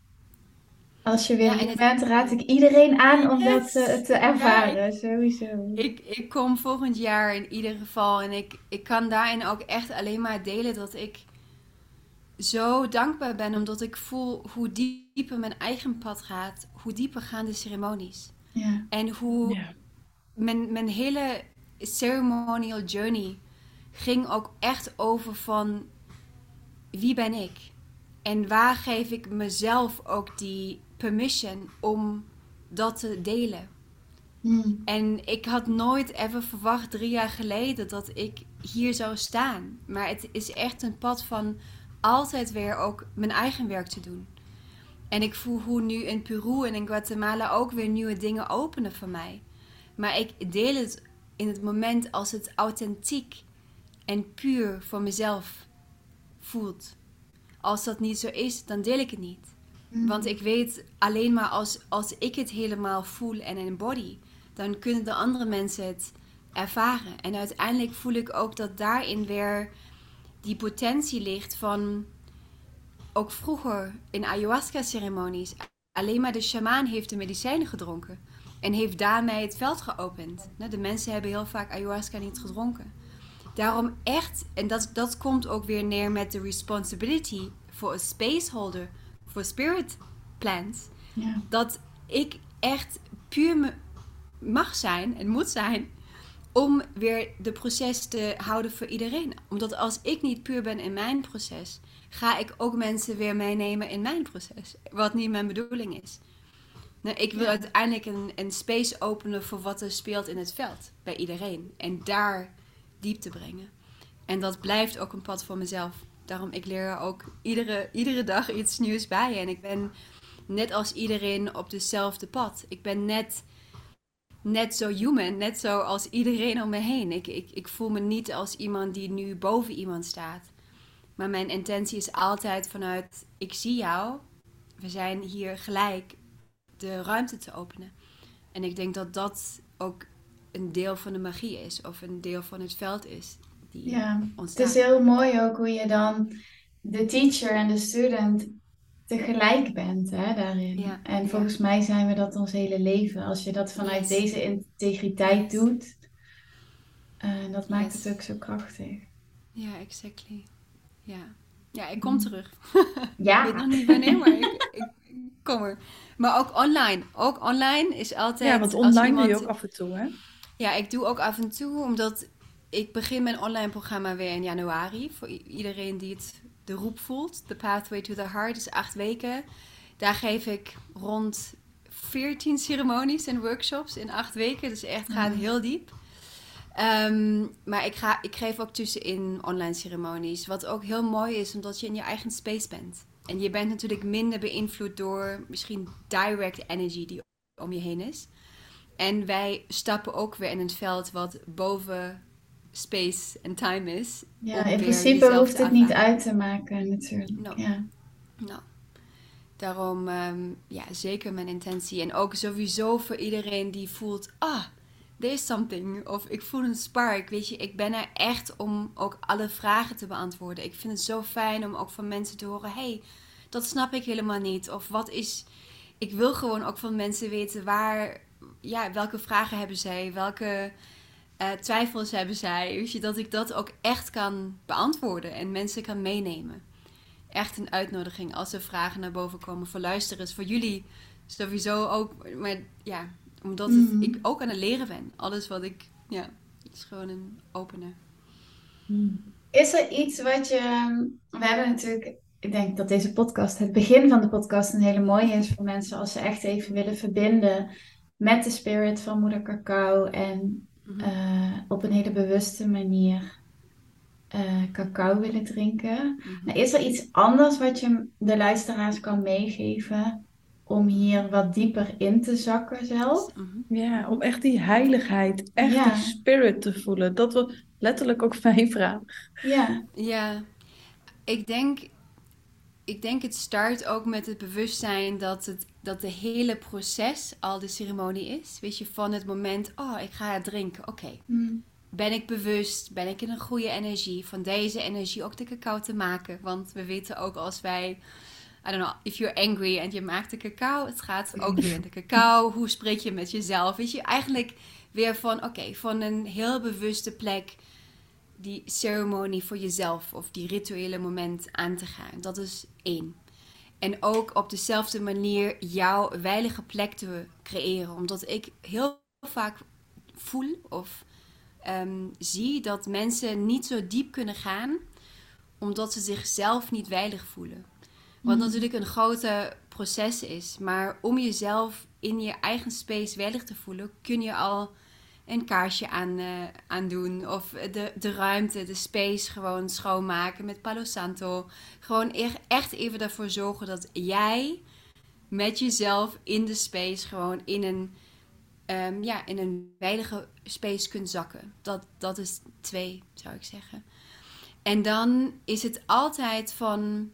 Als je weer Ja, en hier het- bent, raad ik iedereen aan om Yes! dat eh, te ervaren. Sowieso. Ik, ik kom volgend jaar in ieder geval en ik, ik kan daarin ook echt alleen maar delen dat ik zo dankbaar ben, omdat ik voel hoe dieper mijn eigen pad gaat, hoe dieper gaan de ceremonies. Ja. En hoe Ja. mijn, mijn hele ceremonial journey ging ook echt over van wie ben ik? En waar geef ik mezelf ook die permission om dat te delen? Hmm. En ik had nooit even verwacht drie jaar geleden dat ik hier zou staan. Maar het is echt een pad van altijd weer ook mijn eigen werk te doen. En ik voel hoe nu in Peru en in Guatemala ook weer nieuwe dingen openen voor mij. Maar ik deel het in het moment als het authentiek en puur voor mezelf voelt. Als dat niet zo is, dan deel ik het niet. Want ik weet alleen maar als, als ik het helemaal voel en embody, dan kunnen de andere mensen het ervaren. En uiteindelijk voel ik ook dat daarin weer die potentie ligt van, ook vroeger in ayahuasca-ceremonies, alleen maar de shamaan heeft de medicijnen gedronken. En heeft daarmee het veld geopend. De mensen hebben heel vaak ayahuasca niet gedronken. Daarom echt, en dat, dat komt ook weer neer met de responsibility voor een spaceholder, voor spirit plants, Ja. dat ik echt puur me- mag zijn en moet zijn om weer de proces te houden voor iedereen. Omdat als ik niet puur ben in mijn proces, ga ik ook mensen weer meenemen in mijn proces. Wat niet mijn bedoeling is. Nou, ik wil Ja. uiteindelijk een, een space openen voor wat er speelt in het veld. Bij iedereen. En daar diepte brengen. En dat blijft ook een pad voor mezelf. Daarom, ik leer er ook iedere, iedere dag iets nieuws bij. En ik ben net als iedereen op dezelfde pad. Ik ben net, net zo human, net zo als iedereen om me heen. Ik, ik, ik voel me niet als iemand die nu boven iemand staat. Maar mijn intentie is altijd vanuit, ik zie jou. We zijn hier gelijk de ruimte te openen. En ik denk dat dat ook een deel van de magie is. Of een deel van het veld is. Die Ja, het ontstaat. is heel mooi ook hoe je dan de teacher en de student tegelijk bent, hè, daarin. Ja, En ja. volgens mij zijn we dat ons hele leven. Als je dat vanuit Yes. deze integriteit Yes. doet, eh, dat maakt Yes. het ook zo krachtig. Ja, exactly. Ja, ja ik kom terug. Ja. Ik weet nog niet wanneer, maar ik, ik, ik kom er. Maar ook online. Ook online is altijd... Ja, want als online iemand- doe je ook af en toe, hè? Ja, ik doe ook af en toe, omdat ik begin mijn online programma weer in januari. Voor i- iedereen die het de roep voelt. The Pathway to the Heart is acht weken. Daar geef ik rond veertien ceremonies en workshops in acht weken. Dus echt gaat Mhm. heel diep. Ehm, maar ik, ga, ik geef ook tussenin online ceremonies. Wat ook heel mooi is, omdat je in je eigen space bent. En je bent natuurlijk minder beïnvloed door misschien direct energy die om je heen is. En wij stappen ook weer in een veld wat boven space en time is. Ja, om in weer principe jezelf hoeft te het niet ervaren. uit te maken, natuurlijk. No. Ja. Nou, daarom, ehm, ja, zeker mijn intentie. En ook sowieso voor iedereen die voelt, ah, there is something. Of ik voel een spark, weet je. Ik ben er echt om ook alle vragen te beantwoorden. Ik vind het zo fijn om ook van mensen te horen, hey, dat snap ik helemaal niet. Of wat is... Ik wil gewoon ook van mensen weten waar, ja, welke vragen hebben zij? Welke uh, twijfels hebben zij? Weet je, dat ik dat ook echt kan beantwoorden en mensen kan meenemen. Echt een uitnodiging als er vragen naar boven komen voor luisteraars, voor jullie sowieso ook. Maar ja, omdat het, Mm. ik ook aan het leren ben. Alles wat ik, ja, is gewoon een openen. Is er iets wat je... We hebben natuurlijk... Ik denk dat deze podcast, het begin van de podcast, een hele mooie is voor mensen als ze echt even willen verbinden met de spirit van Moeder Cacao en Mhm. uh, op een hele bewuste manier uh, cacao willen drinken. Mhm. Maar is er iets anders wat je de luisteraars kan meegeven om hier wat dieper in te zakken zelf? Mhm. Ja, om echt die heiligheid, echt Ja. die spirit te voelen. Dat was letterlijk ook mijn vraag. Ja. Ja, ik denk, ik denk het start ook met het bewustzijn dat, het, dat de hele proces al de ceremonie is. Weet je, van het moment, oh, ik ga het drinken, oké. Okay. Mm. Ben ik bewust, ben ik in een goede energie, van deze energie ook de cacao te maken. Want we weten ook als wij, I don't know, if you're angry en je maakt de cacao, het gaat ook weer in de cacao. Hoe spreek je met jezelf? Weet je, eigenlijk weer van, oké, okay, van een heel bewuste plek die ceremonie voor jezelf of die rituele moment aan te gaan. Dat is één. En ook op dezelfde manier jouw veilige plek te creëren. Omdat ik heel vaak voel of um, zie dat mensen niet zo diep kunnen gaan, omdat ze zichzelf niet veilig voelen. Wat mm. natuurlijk een grote proces is. Maar om jezelf in je eigen space veilig te voelen, kun je al een kaarsje aan, uh, aan doen. Of de, de ruimte, de space gewoon schoonmaken met Palo Santo. Gewoon echt even ervoor zorgen dat jij met jezelf in de space gewoon in een, um, ja, in een veilige space kunt zakken. Dat, dat is twee, zou ik zeggen. En dan is het altijd van,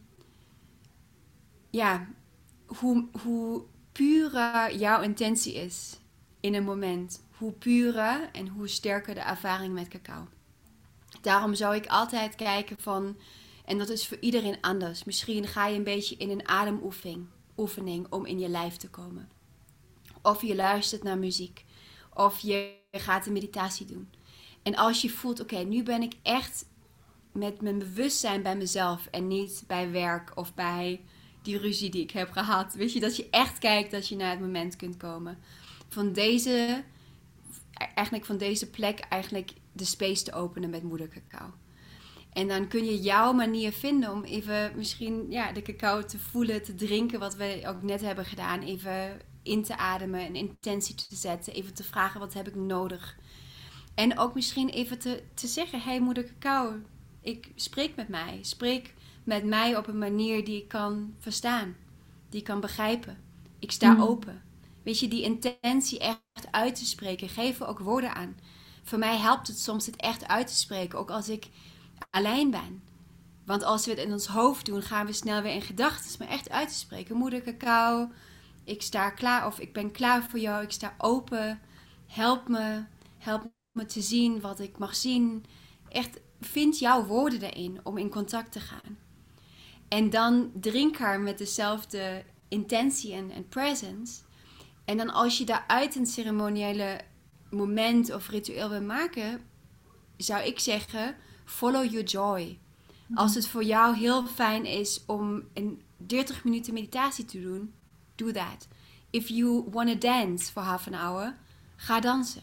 ja, hoe, hoe purer jouw intentie is in een moment. Hoe purer en hoe sterker de ervaring met cacao. Daarom zou ik altijd kijken van, en dat is voor iedereen anders. Misschien ga je een beetje in een ademoefening oefening om in je lijf te komen. Of je luistert naar muziek. Of je gaat een meditatie doen. En als je voelt, oké, okay, nu ben ik echt met mijn bewustzijn bij mezelf en niet bij werk of bij die ruzie die ik heb gehad. Weet je, dat je echt kijkt dat je naar het moment kunt komen. Van deze, eigenlijk van deze plek eigenlijk de space te openen met Moeder Cacao. En dan kun je jouw manier vinden om even misschien ja, de cacao te voelen, te drinken, wat we ook net hebben gedaan. Even in te ademen, een intentie te zetten, even te vragen wat heb ik nodig. En ook misschien even te, te zeggen, hey Moeder Cacao, ik spreek met mij. Spreek met mij op een manier die ik kan verstaan, die ik kan begrijpen. Ik sta mm. open. Weet je, die intentie echt uit te spreken, geef er ook woorden aan. Voor mij helpt het soms het echt uit te spreken, ook als ik alleen ben. Want als we het in ons hoofd doen, gaan we snel weer in gedachten. Maar echt uit te spreken. Moeder Cacao, ik sta klaar of ik ben klaar voor jou. Ik sta open. Help me. Help me te zien wat ik mag zien. Echt, vind jouw woorden erin om in contact te gaan. En dan drink haar met dezelfde intentie en, en presence. En dan als je daaruit een ceremoniële moment of ritueel wil maken, zou ik zeggen, follow your joy. Als het voor jou heel fijn is om een dertig minuten meditatie te doen, do that. If you want to dance for half an hour, ga dansen.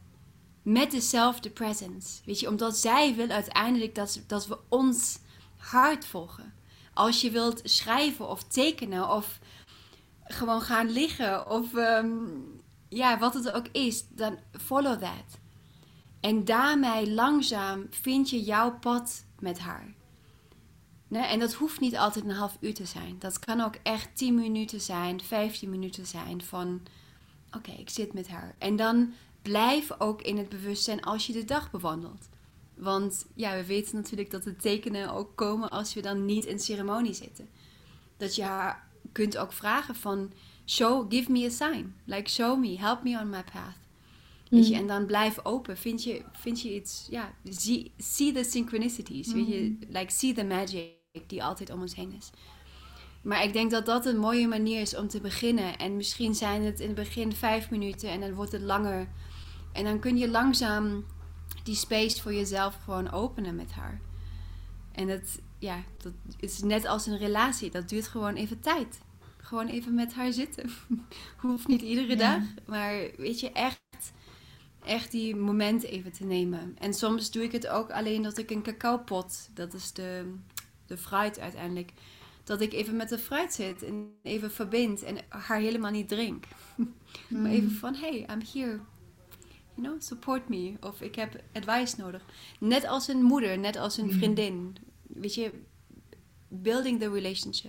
Met dezelfde presence. Weet je, omdat zij wil uiteindelijk dat, dat we ons hart volgen. Als je wilt schrijven of tekenen of gewoon gaan liggen of um, ja, wat het ook is, dan follow that. En daarmee langzaam vind je jouw pad met haar. Nee, en dat hoeft niet altijd een half uur te zijn. Dat kan ook echt tien minuten zijn, vijftien minuten zijn van, oké, okay, ik zit met haar. En dan blijf ook in het bewustzijn als je de dag bewandelt. Want ja, we weten natuurlijk dat de tekenen ook komen als we dan niet in ceremonie zitten. Dat je haar kunt ook vragen van, show, give me a sign. Like, show me, help me on my path. Mm. Weet je, en dan blijf open. Vind je, vind je iets, ja, see, see the synchronicities. Mm. Weet je, like, see the magic die altijd om ons heen is. Maar ik denk dat dat een mooie manier is om te beginnen. En misschien zijn het in het begin vijf minuten en dan wordt het langer. En dan kun je langzaam die space voor jezelf gewoon openen met haar. En dat, ja, dat is net als een relatie. Dat duurt gewoon even tijd. Gewoon even met haar zitten. Hoeft niet iedere Ja. dag. Maar weet je, echt, echt die moment even te nemen. En soms doe ik het ook alleen dat ik een cacaopot, dat is de, de fruit uiteindelijk, dat ik even met de fruit zit en even verbind en haar helemaal niet drink. Maar even van, hey, I'm here. You know, support me. Of ik heb advice nodig. Net als een moeder, net als een vriendin. Weet je, building the relationship.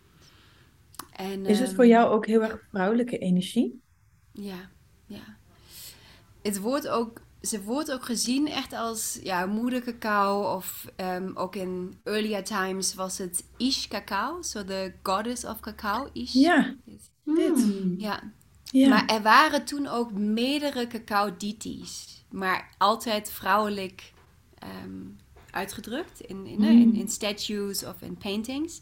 En, Is het ehm, voor jou ook heel erg vrouwelijke energie? Ja, ja. Het wordt ook, ze wordt ook gezien echt als ja, moeder cacao. Of ehm, ook in earlier times was het Ish cacao. So the goddess of cacao, Ish. Ja, Yes. dit. Mm. Ja. Ja. Maar er waren toen ook meerdere cacao-deities. Maar altijd vrouwelijk ehm, uitgedrukt. In, in, Mm. in, in statues of in paintings.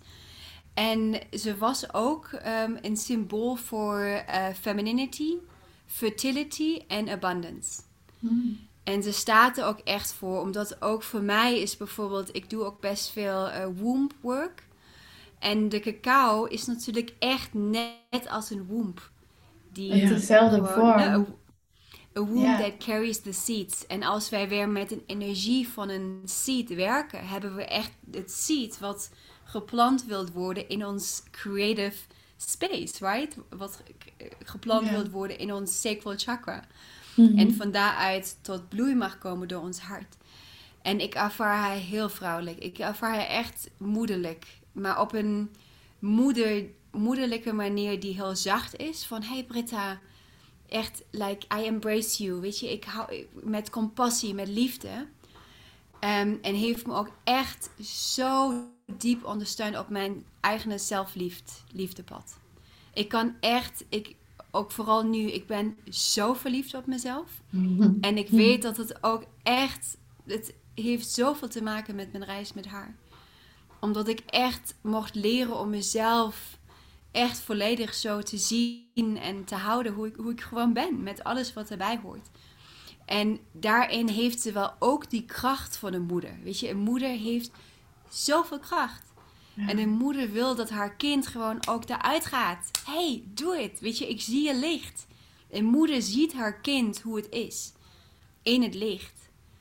En ze was ook ehm, een symbool voor eh, femininity, fertility en abundance. Mm. En ze staat er ook echt voor. Omdat ook voor mij is bijvoorbeeld... Ik doe ook best veel eh, womb work. En de cacao is natuurlijk echt net als een womb. Die Het is dezelfde gewoon, vorm. eh, a- a womb Ja. that carries the seeds. En als wij weer met een energie van een seed werken, hebben we echt het seed wat geplant wilt worden in ons creative space, right? Wat ge- geplant Ja. wilt worden in ons sacral chakra. Mhm. En van daaruit tot bloei mag komen door ons hart. En ik ervaar haar heel vrouwelijk. Ik ervaar haar echt moederlijk. Maar op een moeder, moederlijke manier die heel zacht is. Van, hey Britta, echt, like, I embrace you. Weet je, ik hou met compassie, met liefde. Ehm, en heeft me ook echt zo diep ondersteund op mijn eigen zelfliefdepad. Ik kan echt, ik, ook vooral nu, ik ben zo verliefd op mezelf. Mm. En ik weet dat het ook echt, het heeft zoveel te maken met mijn reis met haar. Omdat ik echt mocht leren om mezelf echt volledig zo te zien en te houden hoe ik, hoe ik gewoon ben. Met alles wat erbij hoort. En daarin heeft ze wel ook die kracht van een moeder. Weet je, een moeder heeft zoveel kracht. Ja. En een moeder wil dat haar kind gewoon ook daaruit gaat. Hey, doe het. Weet je, ik zie je licht. Een moeder ziet haar kind hoe het is. In het licht.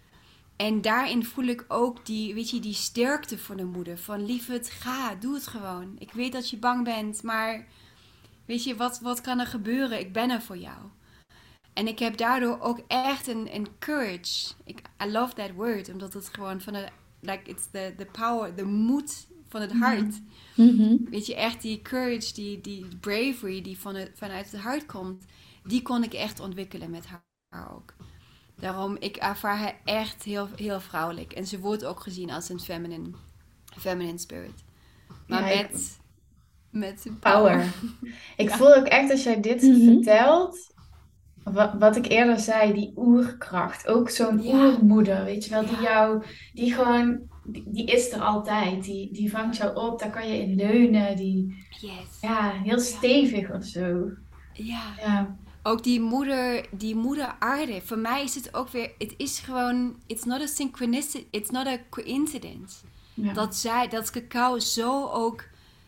En daarin voel ik ook die, weet je, die sterkte van de moeder. Van lieverd, ga, doe het gewoon. Ik weet dat je bang bent, maar weet je, wat, wat kan er gebeuren? Ik ben er voor jou. En ik heb daardoor ook echt een, een courage. Ik, I love that word, omdat het gewoon van de, like it's the, the power, de moed van het hart. Mhm. Weet je, echt die courage, die, die bravery die van het, vanuit het hart komt, die kon ik echt ontwikkelen met haar ook. Daarom, ik ervaar haar echt heel, heel vrouwelijk. En ze wordt ook gezien als een feminine, feminine spirit. Maar Ja, ik- met, met Power. Ik Ja. voel ook echt als jij dit Mhm. vertelt, wat, wat ik eerder zei, die oerkracht. Ook zo'n Ja. oermoeder, weet je wel, die Ja. jou, die gewoon, die, die is er altijd. Die, die vangt jou op, daar kan je in leunen. Die, Yes. ja, heel stevig of zo. Ja. Ja. Ook die moeder, die moeder aarde. Voor mij is het ook weer, het is gewoon, it's not a synchronicity, it's not a coincidence. Ja. Dat zij, dat cacao zo ook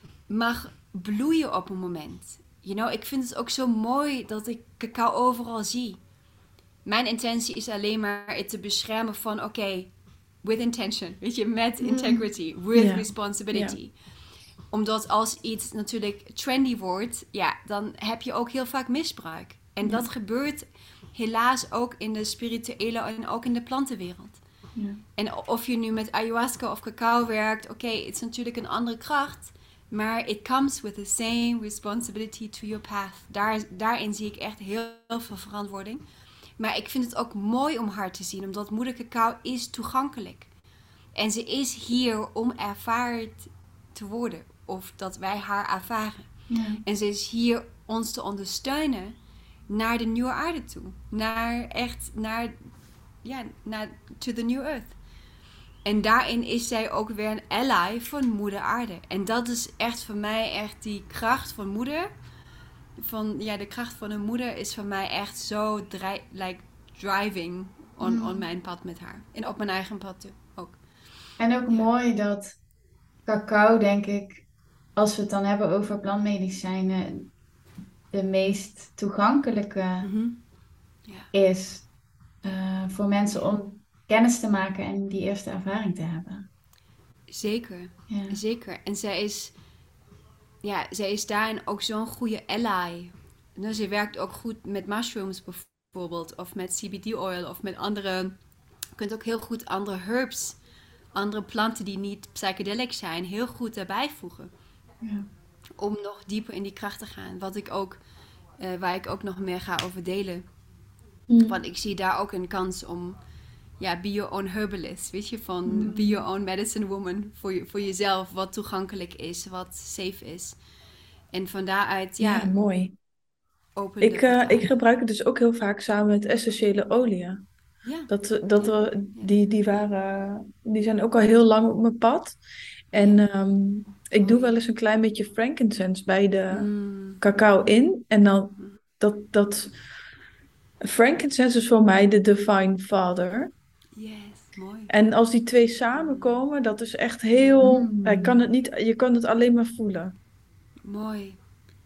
mag bloeien op een moment. You know, ik vind het ook zo mooi dat ik cacao overal zie. Mijn intentie is alleen maar het te beschermen van, oké, okay, with intention, weet je, met integrity, with Ja. responsibility. Omdat als iets natuurlijk trendy wordt, ja, dan heb je ook heel vaak misbruik. En dat gebeurt helaas ook in de spirituele en ook in de plantenwereld. Ja. En of je nu met ayahuasca of cacao werkt, oké, okay, het is natuurlijk een andere kracht. Maar it comes with the same responsibility to your path. Daar, daarin zie ik echt heel, heel veel verantwoording. Maar ik vind het ook mooi om haar te zien, omdat moeder cacao is toegankelijk. En ze is hier om ervaren te worden. Of dat wij haar ervaren. Ja. En ze is hier ons te ondersteunen naar de nieuwe aarde toe. Naar echt, naar, ja, naar, to the new earth. En daarin is zij ook weer een ally van moeder aarde. En dat is echt voor mij echt die kracht van moeder. Van, ja, de kracht van een moeder is voor mij echt zo dri- like, driving on, Mm. on mijn pad met haar. En op mijn eigen pad ook. En ook mooi dat cacao, denk ik, als we het dan hebben over plantmedicijnen, de meest toegankelijke Mm-hmm. Ja. is uh, voor mensen om kennis te maken en die eerste ervaring te hebben. Zeker, Ja. zeker. En zij is, ja, zij is daarin ook zo'n goede ally. Nou, ze werkt ook goed met mushrooms bijvoorbeeld, of met C B D oil, of met andere, je kunt ook heel goed andere herbs, andere planten die niet psychedelic zijn, heel goed daarbij voegen. Ja. Om nog dieper in die kracht te gaan. Wat ik ook, uh, waar ik ook nog meer ga over delen. Mm. Want ik zie daar ook een kans om, ja, be your own herbalist, weet je, van Mm. be your own medicine woman voor, je, voor jezelf, wat toegankelijk is, wat safe is. En van daaruit, ja, Ja, mooi. open Ik, de eh, portaal. ik gebruik het dus ook heel vaak samen met essentiële oliën. Ja, Dat, dat, Ja. we- die, die, waren, die zijn ook al heel lang op mijn pad. En ehm, ik doe wel eens een klein beetje frankincense bij de Mm. cacao in. En dan dat, dat frankincense is voor mij de Divine Father. Yes, mooi. En als die twee samenkomen, dat is echt heel. Mm. Ik kan het niet, je kan het alleen maar voelen. Mooi.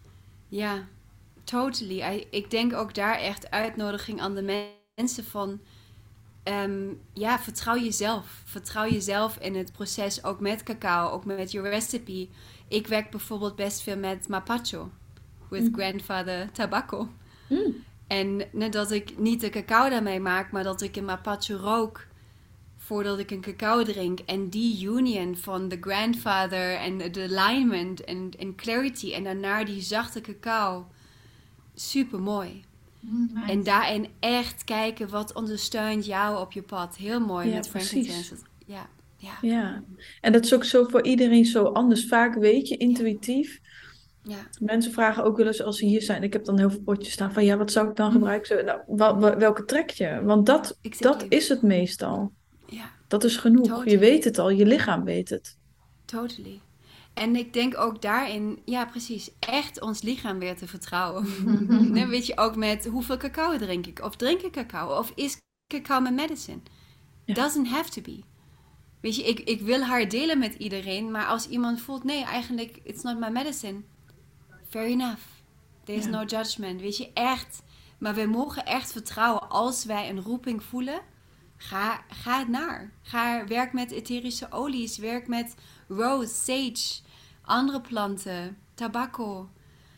Ja, totally. I- ik denk ook daar echt uitnodiging aan de men- mensen van, ehm, ja, vertrouw jezelf. Vertrouw jezelf in het proces, ook met cacao, ook met je recipe. Ik werk bijvoorbeeld best veel met mapacho, with Mm. grandfather tobacco. Mm. En net dat ik niet de cacao daarmee maak, maar dat ik een mapacho rook voordat ik een cacao drink. En die union van de grandfather en de alignment en, en clarity. En daarna die zachte cacao. Super mooi. Mm, nice. En daarin echt kijken wat ondersteunt jou op je pad. Heel mooi Ja, met precies. frankincense. Ja, ja, Ja, en dat is ook zo voor iedereen zo anders. Vaak weet je intuïtief. ja. Mensen vragen ook wel eens als ze hier zijn. Ik heb dan heel veel potjes staan van ja, wat zou ik dan Hm. gebruiken? Zo, Nou, wa- wa- welke trek je? Want dat, Exactly. dat is het meestal. Ja, Dat is genoeg. Je Totally. weet het al, je lichaam weet het. totally. En ik denk ook daarin, ja precies, echt ons lichaam weer te vertrouwen. Nee, weet je, ook met hoeveel cacao drink ik? Of drink ik cacao? Of is cacao mijn medicine? Ja. Doesn't have to be. Weet je, ik, ik wil haar delen met iedereen, maar als iemand voelt, nee, eigenlijk, it's not my medicine. Fair enough. There is Ja. no judgment. Weet je, echt. Maar we mogen echt vertrouwen als wij een roeping voelen. Ga, ga het naar. Ga, werk met etherische olies. Werk met rose, sage, andere planten, tabacco.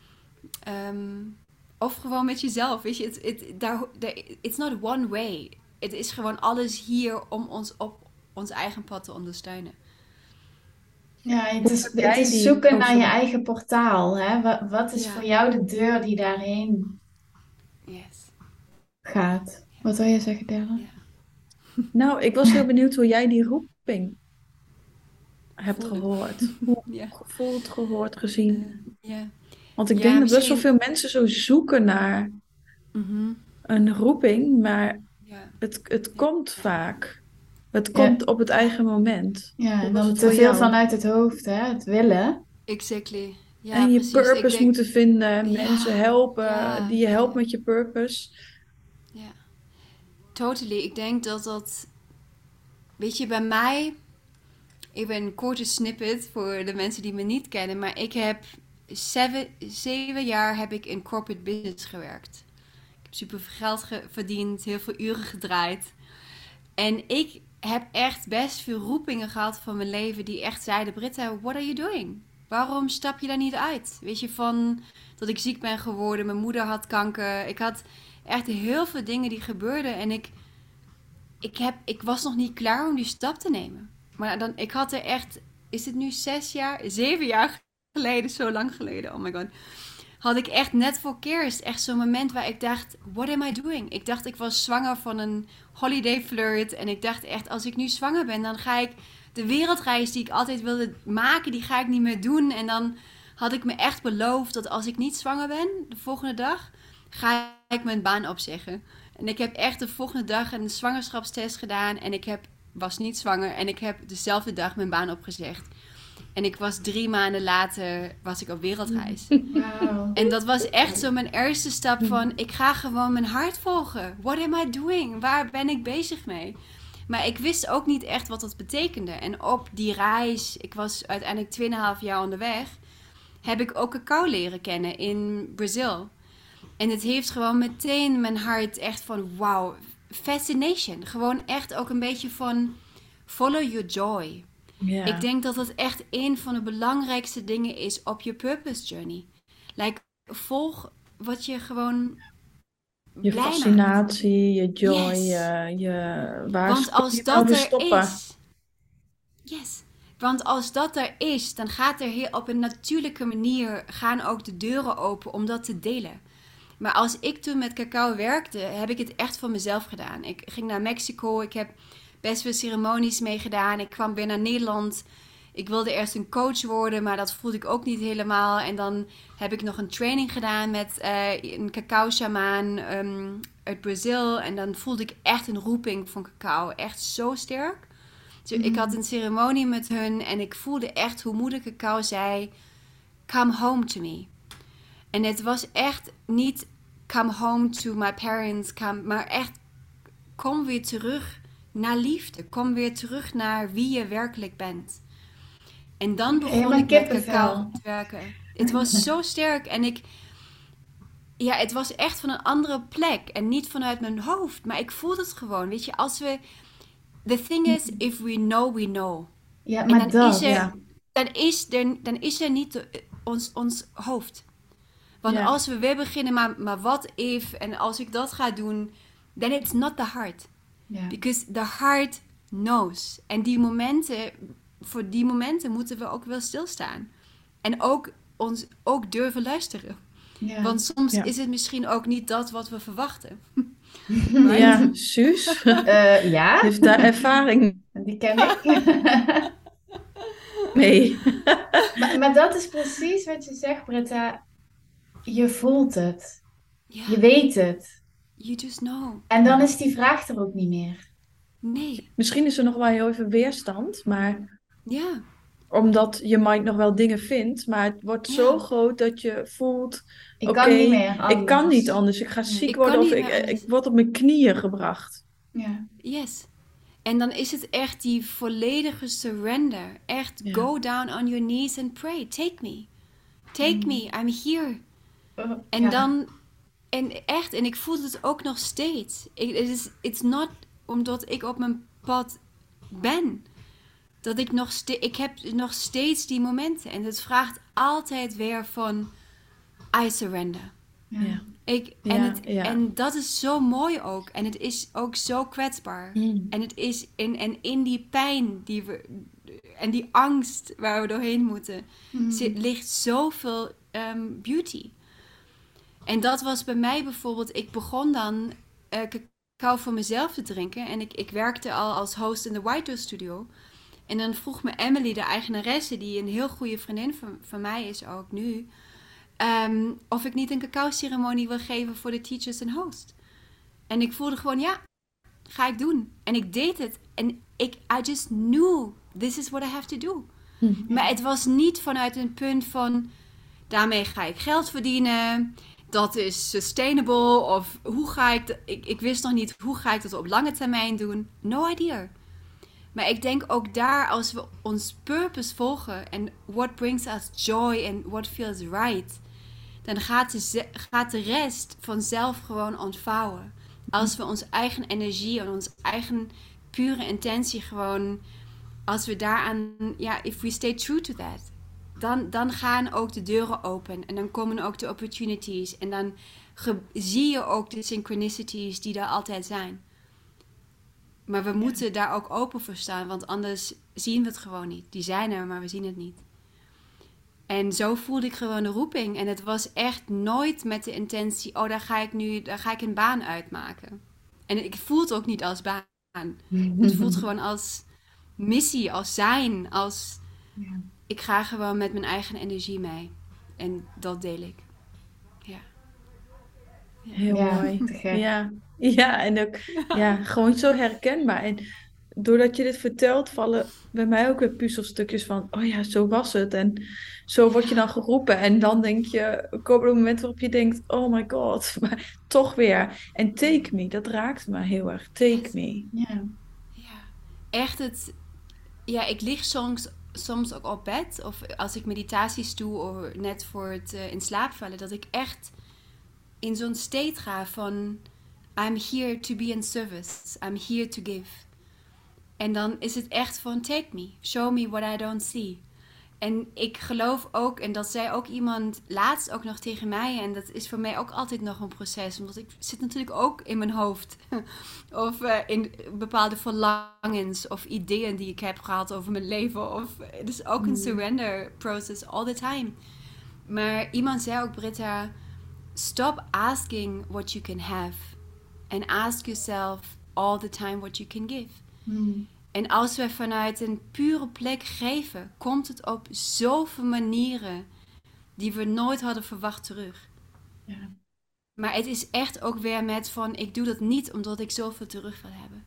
Ehm, of gewoon met jezelf. Weet je, het, het, daar, daar, it's not one way. Het is gewoon alles hier om ons op ons eigen pad te ondersteunen. Ja, het is, Jij het is die- zoeken oh, naar sorry. je eigen portaal. Hè? Wat, wat is Ja. voor jou de deur die daarheen Yes. gaat? Wat wil je zeggen, Della? Ja. Nou, ik was heel benieuwd hoe jij die roeping hebt Voelde. gehoord. Hoe Ja. gevoeld, gehoord, gezien. Ja. Want ik Ja, denk dat best wel misschien- veel mensen zo zoeken naar Mhm. een roeping, maar Ja. het, het komt vaak. Het Ja. komt op het eigen moment. Ja, Hoe en was dan het te voor veel jou? vanuit het hoofd, hè? Het willen. Exactly. Ja, en je precies. Ik purpose denk- moeten vinden, Ja, mensen helpen, ja, die je helpt ja. met je purpose. Ja. Totally. Ik denk dat dat... Weet je, bij mij... Even een korte snippet voor de mensen die me niet kennen. Maar ik heb zeven, zeven jaar heb ik in corporate business gewerkt. Ik heb super veel geld ge- verdiend. Heel veel uren gedraaid. En ik heb echt best veel roepingen gehad van mijn leven. Die echt zeiden, Britta, what are you doing? Waarom stap je daar niet uit? Weet je, van dat ik ziek ben geworden. Mijn moeder had kanker. Ik had echt heel veel dingen die gebeurden. En ik, ik, heb, ik was nog niet klaar om die stap te nemen. Maar dan, ik had er echt, is het nu zes jaar, zeven jaar geleden, zo lang geleden, oh my god. Had ik echt net voor kerst echt zo'n moment waar ik dacht, what am I doing? Ik dacht, ik was zwanger van een holiday flirt. En ik dacht echt, als ik nu zwanger ben, dan ga ik de wereldreis die ik altijd wilde maken, die ga ik niet meer doen. En dan had ik me echt beloofd dat als ik niet zwanger ben, de volgende dag, ga ik mijn baan opzeggen. En ik heb echt de volgende dag een zwangerschapstest gedaan. En ik heb was niet zwanger en ik heb dezelfde dag mijn baan opgezegd. En ik was drie maanden later, was ik op wereldreis. Wow. En dat was echt zo mijn eerste stap van, ik ga gewoon mijn hart volgen. What am I doing? Waar ben ik bezig mee? Maar ik wist ook niet echt wat dat betekende. En op die reis, ik was uiteindelijk tweeënhalf jaar onderweg, heb ik ook cacao leren kennen in Brazil. En het heeft gewoon meteen mijn hart echt van, wow, fascination. Gewoon echt ook een beetje van, follow your joy. Ja. Ik denk dat dat echt een van de belangrijkste dingen is op je purpose journey. Like, volg wat je gewoon Je blij fascinatie, je joy, Yes. je, je waar Want stop als je nou dat weer er stoppen? is... Yes. Want als dat er is, dan gaat er heel, op een natuurlijke manier gaan ook de deuren open om dat te delen. Maar als ik toen met cacao werkte, heb ik het echt voor mezelf gedaan. Ik ging naar Mexico, ik heb best veel ceremonies meegedaan. Ik kwam weer naar Nederland. Ik wilde eerst een coach worden, maar dat voelde ik ook niet helemaal. En dan heb ik nog een training gedaan met uh, een cacao-shamaan um, uit Brazil. En dan voelde ik echt een roeping van cacao. Echt zo sterk. Dus mm. Ik had een ceremonie met hun en ik voelde echt hoe moeder cacao zei, come home to me. En het was echt niet come home to my parents, come, maar echt kom weer terug naar liefde. Kom weer terug naar wie je werkelijk bent. En dan begon Helemaal ik met kippenvel. cacao te werken. Het was zo sterk en ik... Ja, het was echt van een andere plek en niet vanuit mijn hoofd. Maar ik voelde het gewoon, weet je. Als we... The thing is, if we know, we know. Ja, En maar dan dat. is er, ja. dan is er, dan is er niet de- ons, ons hoofd. Want Ja. als we weer beginnen, maar, maar wat if... En als ik dat ga doen, then it's not the heart. Ja. Because the heart knows. En die momenten, voor die momenten moeten we ook wel stilstaan. En ook ons ook durven luisteren. Ja. Want soms Ja. is het misschien ook niet dat wat we verwachten. Ja, Suus Eh, ja, heeft daar ervaring die ken ik. mee. maar, maar dat is precies wat je zegt, Britta. Je voelt het. Ja, Je weet het. you just know. En dan is die vraag er ook niet meer. Nee, Misschien is er nog wel heel even weerstand, maar ja, omdat je mind nog wel dingen vindt, maar het wordt Ja. zo groot dat je voelt, Ik oké, kan niet meer anders. ik kan niet anders. Ik ga ziek Ik worden kan of niet ik, meer anders. ik word op mijn knieën gebracht. Ja. yes. En dan is het echt die volledige surrender. Echt Ja. go down on your knees and pray. Take me. Take me, I'm here. Oh, En ja. dan, en echt, en ik voel het ook nog steeds. Ik, het is, it's not omdat ik op mijn pad ben. Dat ik nog steeds, ik heb nog steeds die momenten. En het vraagt altijd weer van, I surrender. Ja. Ja. Ik, en, Ja, het, ja. en dat is zo mooi ook. En het is ook zo kwetsbaar. Mm. En het is in, en in die pijn die we, en die angst waar we doorheen moeten, Mm. zit, ligt zoveel um, beauty. En dat was bij mij bijvoorbeeld, ik begon dan uh, cacao voor mezelf te drinken. En ik, ik werkte al als host in de White House Studio. En dan vroeg me Emily, de eigenaresse, die een heel goede vriendin van, van mij is ook nu, um, of ik niet een cacao-ceremonie wil geven voor de teachers en host. En ik voelde gewoon, ja, ga ik doen. En ik deed het. En ik, I just knew, this is what I have to do. Mm. Maar het was niet vanuit een punt van, daarmee ga ik geld verdienen, dat is sustainable, of hoe ga ik, de, ik, ik wist nog niet, hoe ga ik dat op lange termijn doen? No idea. Maar ik denk ook daar, als we ons purpose volgen en what brings us joy and what feels right, dan gaat de, ze- gaat de rest vanzelf gewoon ontvouwen. Als we onze eigen energie en onze eigen pure intentie gewoon, als we daaraan, ja, if we stay true to that, dan, dan gaan ook de deuren open en dan komen ook de opportunities en dan ge- zie je ook de synchronicities die daar altijd zijn. Maar we moeten daar ook open voor staan, want anders zien we het gewoon niet. Die zijn er, maar we zien het niet. En zo voelde ik gewoon de roeping. En het was echt nooit met de intentie, oh, daar ga ik nu, daar ga ik een baan uitmaken. En ik voel het ook niet als baan. Het voelt gewoon als missie, als zijn, als Ja. ik ga gewoon met mijn eigen energie mee. En dat deel ik. Ja. Heel Ja, mooi. te gek. Ja. Ja, en ook ja, gewoon zo herkenbaar. En doordat je dit vertelt, vallen bij mij ook weer puzzelstukjes van, oh ja, zo was het. En zo word je dan geroepen. En dan denk je, komen er momenten waarop je denkt, oh my god, maar toch weer. En Take Me, dat raakt me heel erg. Take Me. Ja. Ja, echt het... Ja, ik lig soms, soms ook op bed. Of als ik meditaties doe, of net voor het uh, in slaap vallen. Dat ik echt in zo'n state ga van... I'm here to be in service. I'm here to give. En dan is het echt van take me. Show me what I don't see. En ik geloof ook, en dat zei ook iemand laatst ook nog tegen mij. En dat is voor mij ook altijd nog een proces. Omdat ik zit natuurlijk ook in mijn hoofd. Of uh, in bepaalde verlangens of ideeën die ik heb gehad over mijn leven. Of, het is ook een surrender process all the time. Maar iemand zei ook, Britta, stop asking what you can have. And ask yourself all the time what you can give. Hmm. En als we vanuit een pure plek geven, komt het op zoveel manieren die we nooit hadden verwacht terug. Ja. Maar het is echt ook weer met van, ik doe dat niet omdat ik zoveel terug wil hebben.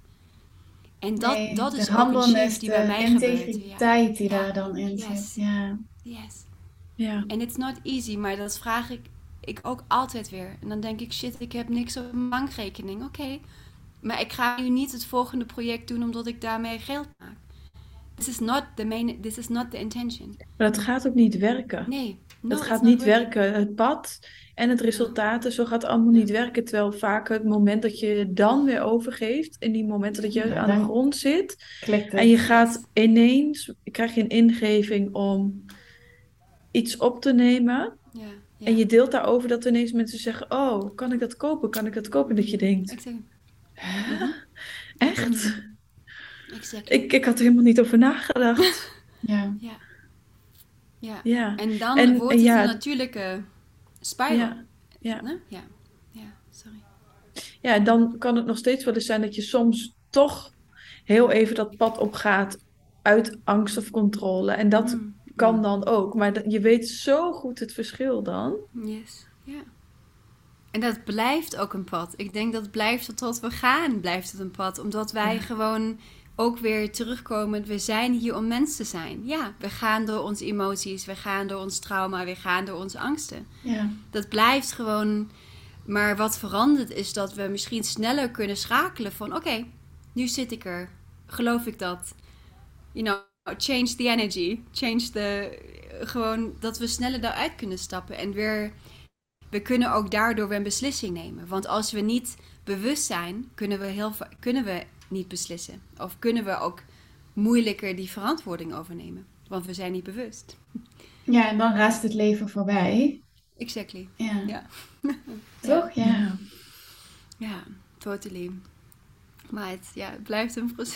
En dat, Nee, dat is de ook een humbleness, shift die bij de mij gebeurt. integriteit die Ja. daar dan in Yes. zit. Ja. Yes. Ja. En it's not easy, maar dat vraag ik, ik ook altijd weer. En dan denk ik, shit, ik heb niks op mijn bankrekening. Oké, okay. Maar ik ga nu niet het volgende project doen omdat ik daarmee geld maak. This is not the main, this is not the intention. Maar dat gaat ook niet werken. Nee. No, dat it's gaat not niet working. werken. Het pad en het resultaten, zo gaat het allemaal niet werken. Terwijl vaak het moment dat je je dan weer overgeeft, in die momenten dat je Ja, aan de dan grond zit, klikt het. en je gaat ineens, krijg je een ingeving om iets op te nemen. Ja, ja. En je deelt daarover dat ineens mensen zeggen, oh, kan ik dat kopen? Kan ik dat kopen? Dat je denkt, Exactly. hè? Echt? Exactly. Ik, ik had er helemaal niet over nagedacht. Ja. Ja. Ja. Ja. En dan En- wordt en het ja. een natuurlijke spiral. Ja. Ja. Nee? Ja. Ja, sorry. Ja, en dan kan het nog steeds wel eens zijn dat je soms toch heel even dat pad opgaat uit angst of controle. En dat Mm. kan dan ook. Maar dat- je weet zo goed het verschil dan. Yes, ja. En dat blijft ook een pad. Ik denk dat blijft tot we gaan, blijft het een pad. Omdat wij Ja. gewoon ook weer terugkomen. We zijn hier om mens te zijn. Ja, we gaan door onze emoties, we gaan door ons trauma, we gaan door onze angsten. Ja. Dat blijft gewoon. Maar wat verandert is dat we misschien sneller kunnen schakelen van oké, nu zit ik er. Geloof ik dat? You know, change the energy. Change the... Gewoon dat we sneller daaruit kunnen stappen. En weer... We kunnen ook daardoor weer een beslissing nemen. Want als we niet bewust zijn, kunnen we, heel, va- kunnen we niet beslissen. Of kunnen we ook moeilijker die verantwoording overnemen. Want we zijn niet bewust. Ja, en dan raast het leven voorbij. Exactly. Ja. Ja. Toch? Ja. Ja, totally. Maar het, ja, het blijft een proces.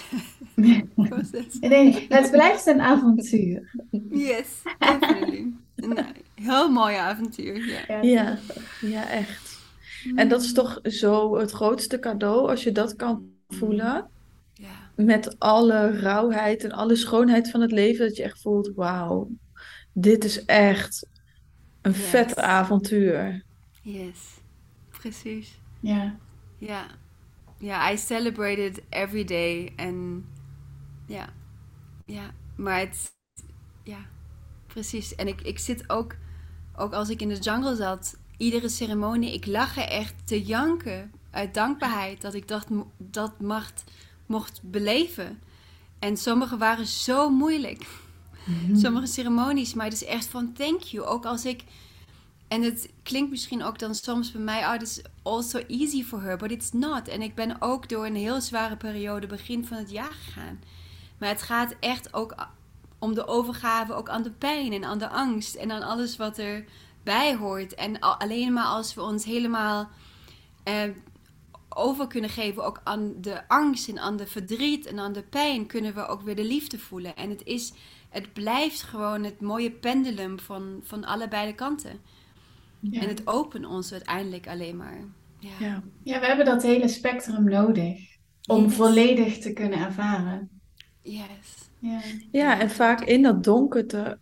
proces. Nee, het blijft een avontuur. Yes, definitely. Een heel mooi avontuur. Ja. Ja, ja, echt. En dat is toch zo het grootste cadeau als je dat kan voelen. Ja. Met alle rauwheid en alle schoonheid van het leven. Dat je echt voelt, wauw, dit is echt een Yes. vet avontuur. Yes, precies. Ja. Ja, ja, I celebrate it every day. En ja, ja, maar het, ja, precies. En ik, ik zit ook, ook als ik in de jungle zat, iedere ceremonie, ik lag er echt te janken uit dankbaarheid dat ik dat, dat mocht, mocht beleven. En sommige waren zo moeilijk. Sommige ceremonies, maar het is echt van thank you. Ook als ik... En het klinkt misschien ook dan soms bij mij, oh, this is also easy for her, but it's not. En ik ben ook door een heel zware periode begin van het jaar gegaan. Maar het gaat echt ook om de overgave, ook aan de pijn en aan de angst en aan alles wat erbij hoort. En al- alleen maar als we ons helemaal eh, over kunnen geven, ook aan de angst en aan de verdriet en aan de pijn, kunnen we ook weer de liefde voelen. En het is, het blijft gewoon het mooie pendulum van, van allebei de kanten. Ja. En het opent ons uiteindelijk alleen maar. Ja. Ja. Ja, we hebben dat hele spectrum nodig om Yes. volledig te kunnen ervaren. Yes. Ja. Ja, en vaak in dat donkerte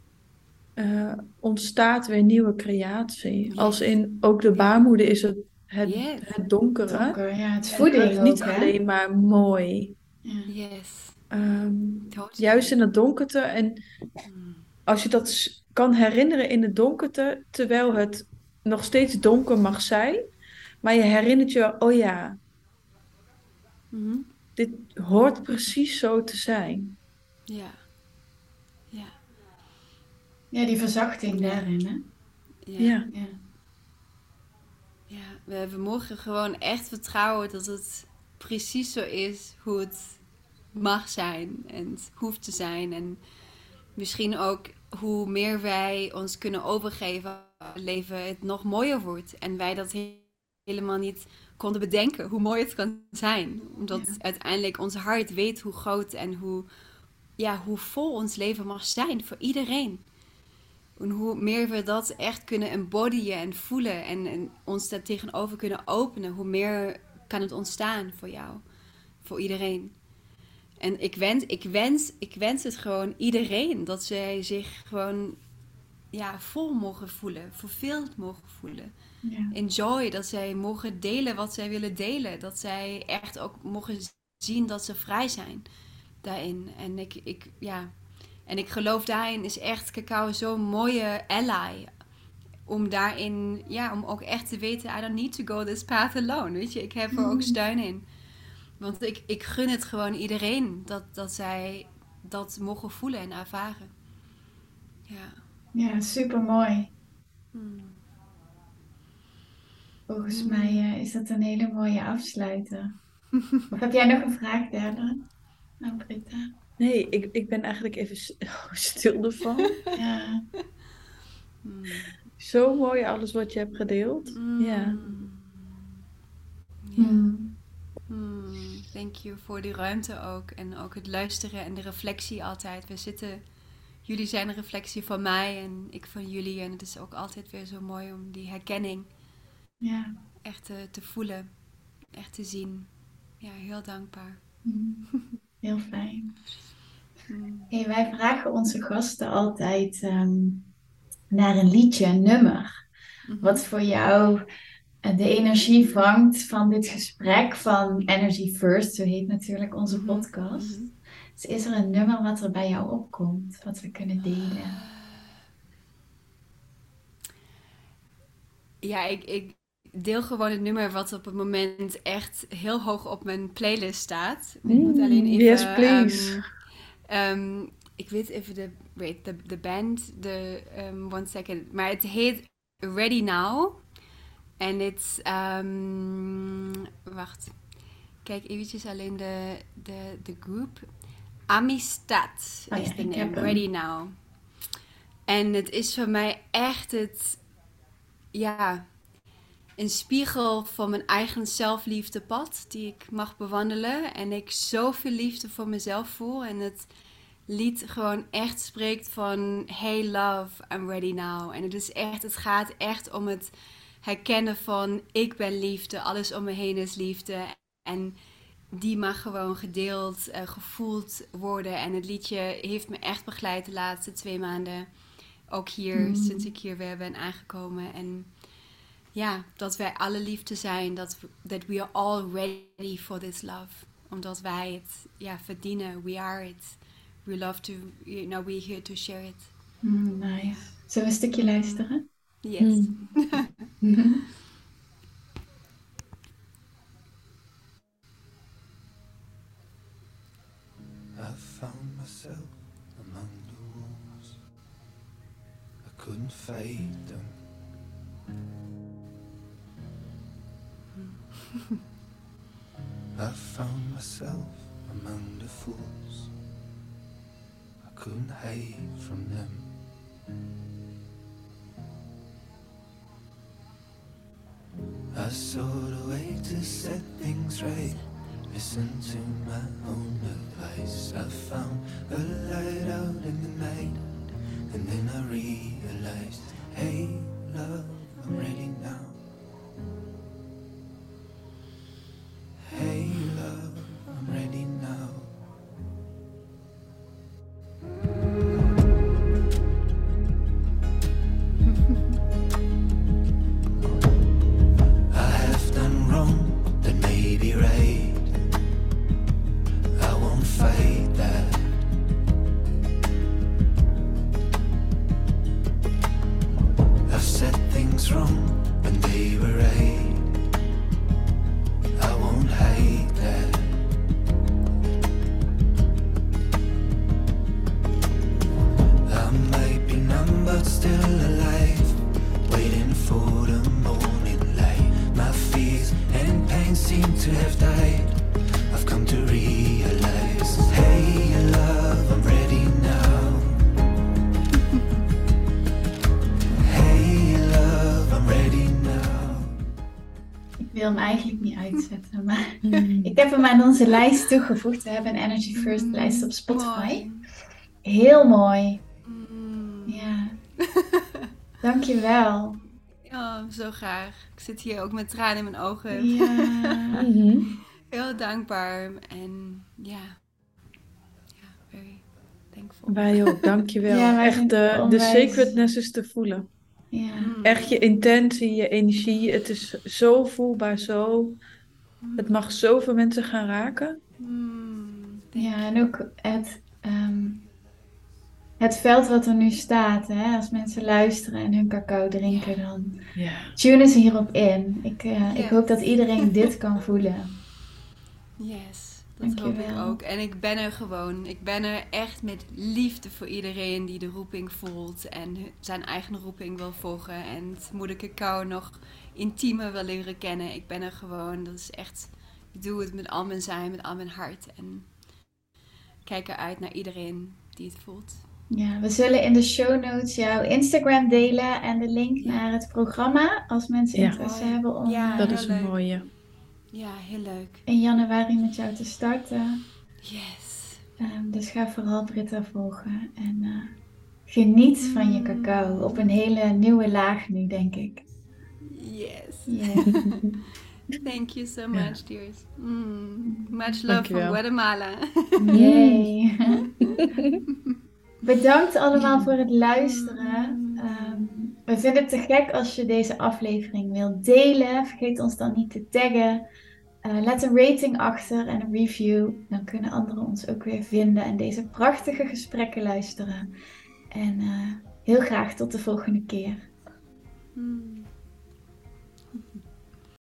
eh, ontstaat weer nieuwe creatie. Yes. Als in ook de baarmoeder is het, het, Yes. het donkere. Donker, ja, het En voeding het is niet ook, hè? alleen maar mooi. Ja. Yes. Ehm, Totally. juist in het donkerte. En Mm. als je dat s- kan herinneren in het donkerte, terwijl het nog steeds donker mag zijn, maar je herinnert je, oh ja, Mhm. dit hoort precies zo te zijn. Ja. Ja. Ja, die verzachting Ja. daarin, hè? Ja. Ja, Ja. Ja, we, we mogen gewoon echt vertrouwen dat het precies zo is hoe het mag zijn en het hoeft te zijn. En misschien ook hoe meer wij ons kunnen overgeven aan het leven, het nog mooier wordt. En wij dat he- helemaal niet konden bedenken, hoe mooi het kan zijn. Omdat Ja. uiteindelijk ons hart weet hoe groot en hoe, ja, hoe vol ons leven mag zijn voor iedereen. En hoe meer we dat echt kunnen embodyen en voelen en, en ons daar tegenover kunnen openen, hoe meer kan het ontstaan voor jou, voor iedereen. En ik wens, ik wens, ik wens het gewoon iedereen, dat zij zich gewoon ja, vol mogen voelen, verveeld mogen voelen. Ja. Enjoy, dat zij mogen delen wat zij willen delen. Dat zij echt ook mogen zien dat ze vrij zijn daarin. En ik, ik, ja... En ik geloof daarin is echt cacao zo'n mooie ally. Om daarin, ja, om ook echt te weten, I don't need to go this path alone. Weet je, ik heb er ook steun in. Want ik, ik gun het gewoon iedereen dat, dat zij dat mogen voelen en ervaren. Ja. Ja, super mooi. Hmm. Volgens Hmm. mij eh, is dat een hele mooie afsluiter. Of heb jij nog een vraag, Derde? Nou, Britta. nee, ik, ik ben eigenlijk even s- stil ervan. Ja. Hmm. Zo mooi alles wat je hebt gedeeld. Ja. Hmm. Ja. Hmm. Hmm. Thank you voor die ruimte ook. En ook het luisteren en de reflectie altijd. We zitten... Jullie zijn een reflectie van mij en ik van jullie. En het is ook altijd weer zo mooi om die herkenning Ja. echt te, te voelen. Echt te zien. Ja, heel dankbaar. Hmm. Heel fijn. Hmm. Hey, wij vragen onze gasten altijd ehm, naar een liedje, een nummer. Mhm. Wat voor jou eh, de energie vangt van dit gesprek van Energy First, zo heet natuurlijk onze Mhm. podcast. Mhm. Dus is er een nummer wat er bij jou opkomt, wat we kunnen delen? Ja, ik, ik deel gewoon het nummer wat op het moment echt heel hoog op mijn playlist staat. Ik moet alleen even... Yes, please. ehm, ehm, ik weet even de... Wait, de, de band, de... Um, one second. Maar het heet Ready Now. En het is... ehm, wacht. Kijk eventjes alleen de, de, de groep. Amistad Oh is ja, de ik naam. heb hem. Ready Now. En het is voor mij echt het... Ja... Een spiegel van mijn eigen zelfliefdepad die ik mag bewandelen. En ik zoveel liefde voor mezelf voel. En het lied gewoon echt spreekt van... Hey love, I'm ready now. En het is echt, het gaat echt om het herkennen van... Ik ben liefde, alles om me heen is liefde. En die mag gewoon gedeeld, uh, gevoeld worden. En het liedje heeft me echt begeleid de laatste twee maanden. Ook hier, Mm. sinds ik hier weer ben aangekomen. En... Ja, dat wij alle liefde zijn. Dat we, that we are all ready for this love. Omdat wij het ja, verdienen. We are it. We love to, you know, we're here to share it. Hmm, nice. Zullen we een stukje luisteren? Yes. Hmm. I found myself among the wolves. I couldn't fight them. I found myself among the fools. I couldn't hide from them. I sought a way to set things right. Listen to my own advice. I found a light out in the night. And then I realized, hey love, I'm ready now. Hey love, I'm ready now. I have numb but still alive, waiting for the morning light. My fears and pain seem to have died. I've come to realize, hey love, I'm ready now. Hey love, I'm ready now. Ik wil hem eigenlijk niet uitzetten, maar ik heb hem aan onze lijst toegevoegd. We hebben een Energy First lijst op Spotify. Mooi. Heel mooi. Mm. Ja. Dankjewel. Ja, zo graag. Ik zit hier ook met tranen in mijn ogen. Ja. Mhm. Heel dankbaar. En ja, ja, very thankful. Wij ook, dankjewel. Ja, wij Echt, vinden de, het de onwijs. sacredness is te voelen. Ja. Mm. Echt je intentie, je energie. Het is zo voelbaar, zo. Het mag zoveel mensen gaan raken. Mm. Thank Ja, en ook het, ehm, het veld wat er nu staat. Hè? Als mensen luisteren en hun cacao drinken, dan Ja. tunen ze hierop in. Ik, eh, ik Yes. hoop dat iedereen dit kan voelen. Yes, dat hoop ik Dankjewel. ook. En ik ben er gewoon. Ik ben er echt met liefde voor iedereen die de roeping voelt en zijn eigen roeping wil volgen en het moeder cacao nog intiemer wil leren kennen. Ik ben er gewoon. Dat is echt. Ik doe het met al mijn zijn, met al mijn hart en kijk eruit naar iedereen die het voelt. Ja, we zullen in de show notes jouw Instagram delen en de link Ja. naar het programma. Als mensen Ja. interesse Mooi. hebben om Ja. eh, Dat heel is een leuk. mooie. Ja, heel leuk. in januari met jou te starten. Yes. Ehm, dus ga vooral Britta volgen. En eh, geniet van je cacao op een hele nieuwe laag nu, denk ik. Yes. Ja. Thank you so Ja. much, dears. Mm. Much love from Dankjewel. Guatemala. Yay. Bedankt allemaal voor het luisteren. Ehm, we vinden het te gek als je deze aflevering wilt delen. Vergeet ons dan niet te taggen. Eh, laat een rating achter en een review. Dan kunnen anderen ons ook weer vinden en deze prachtige gesprekken luisteren. En eh, heel graag tot de volgende keer. Mm.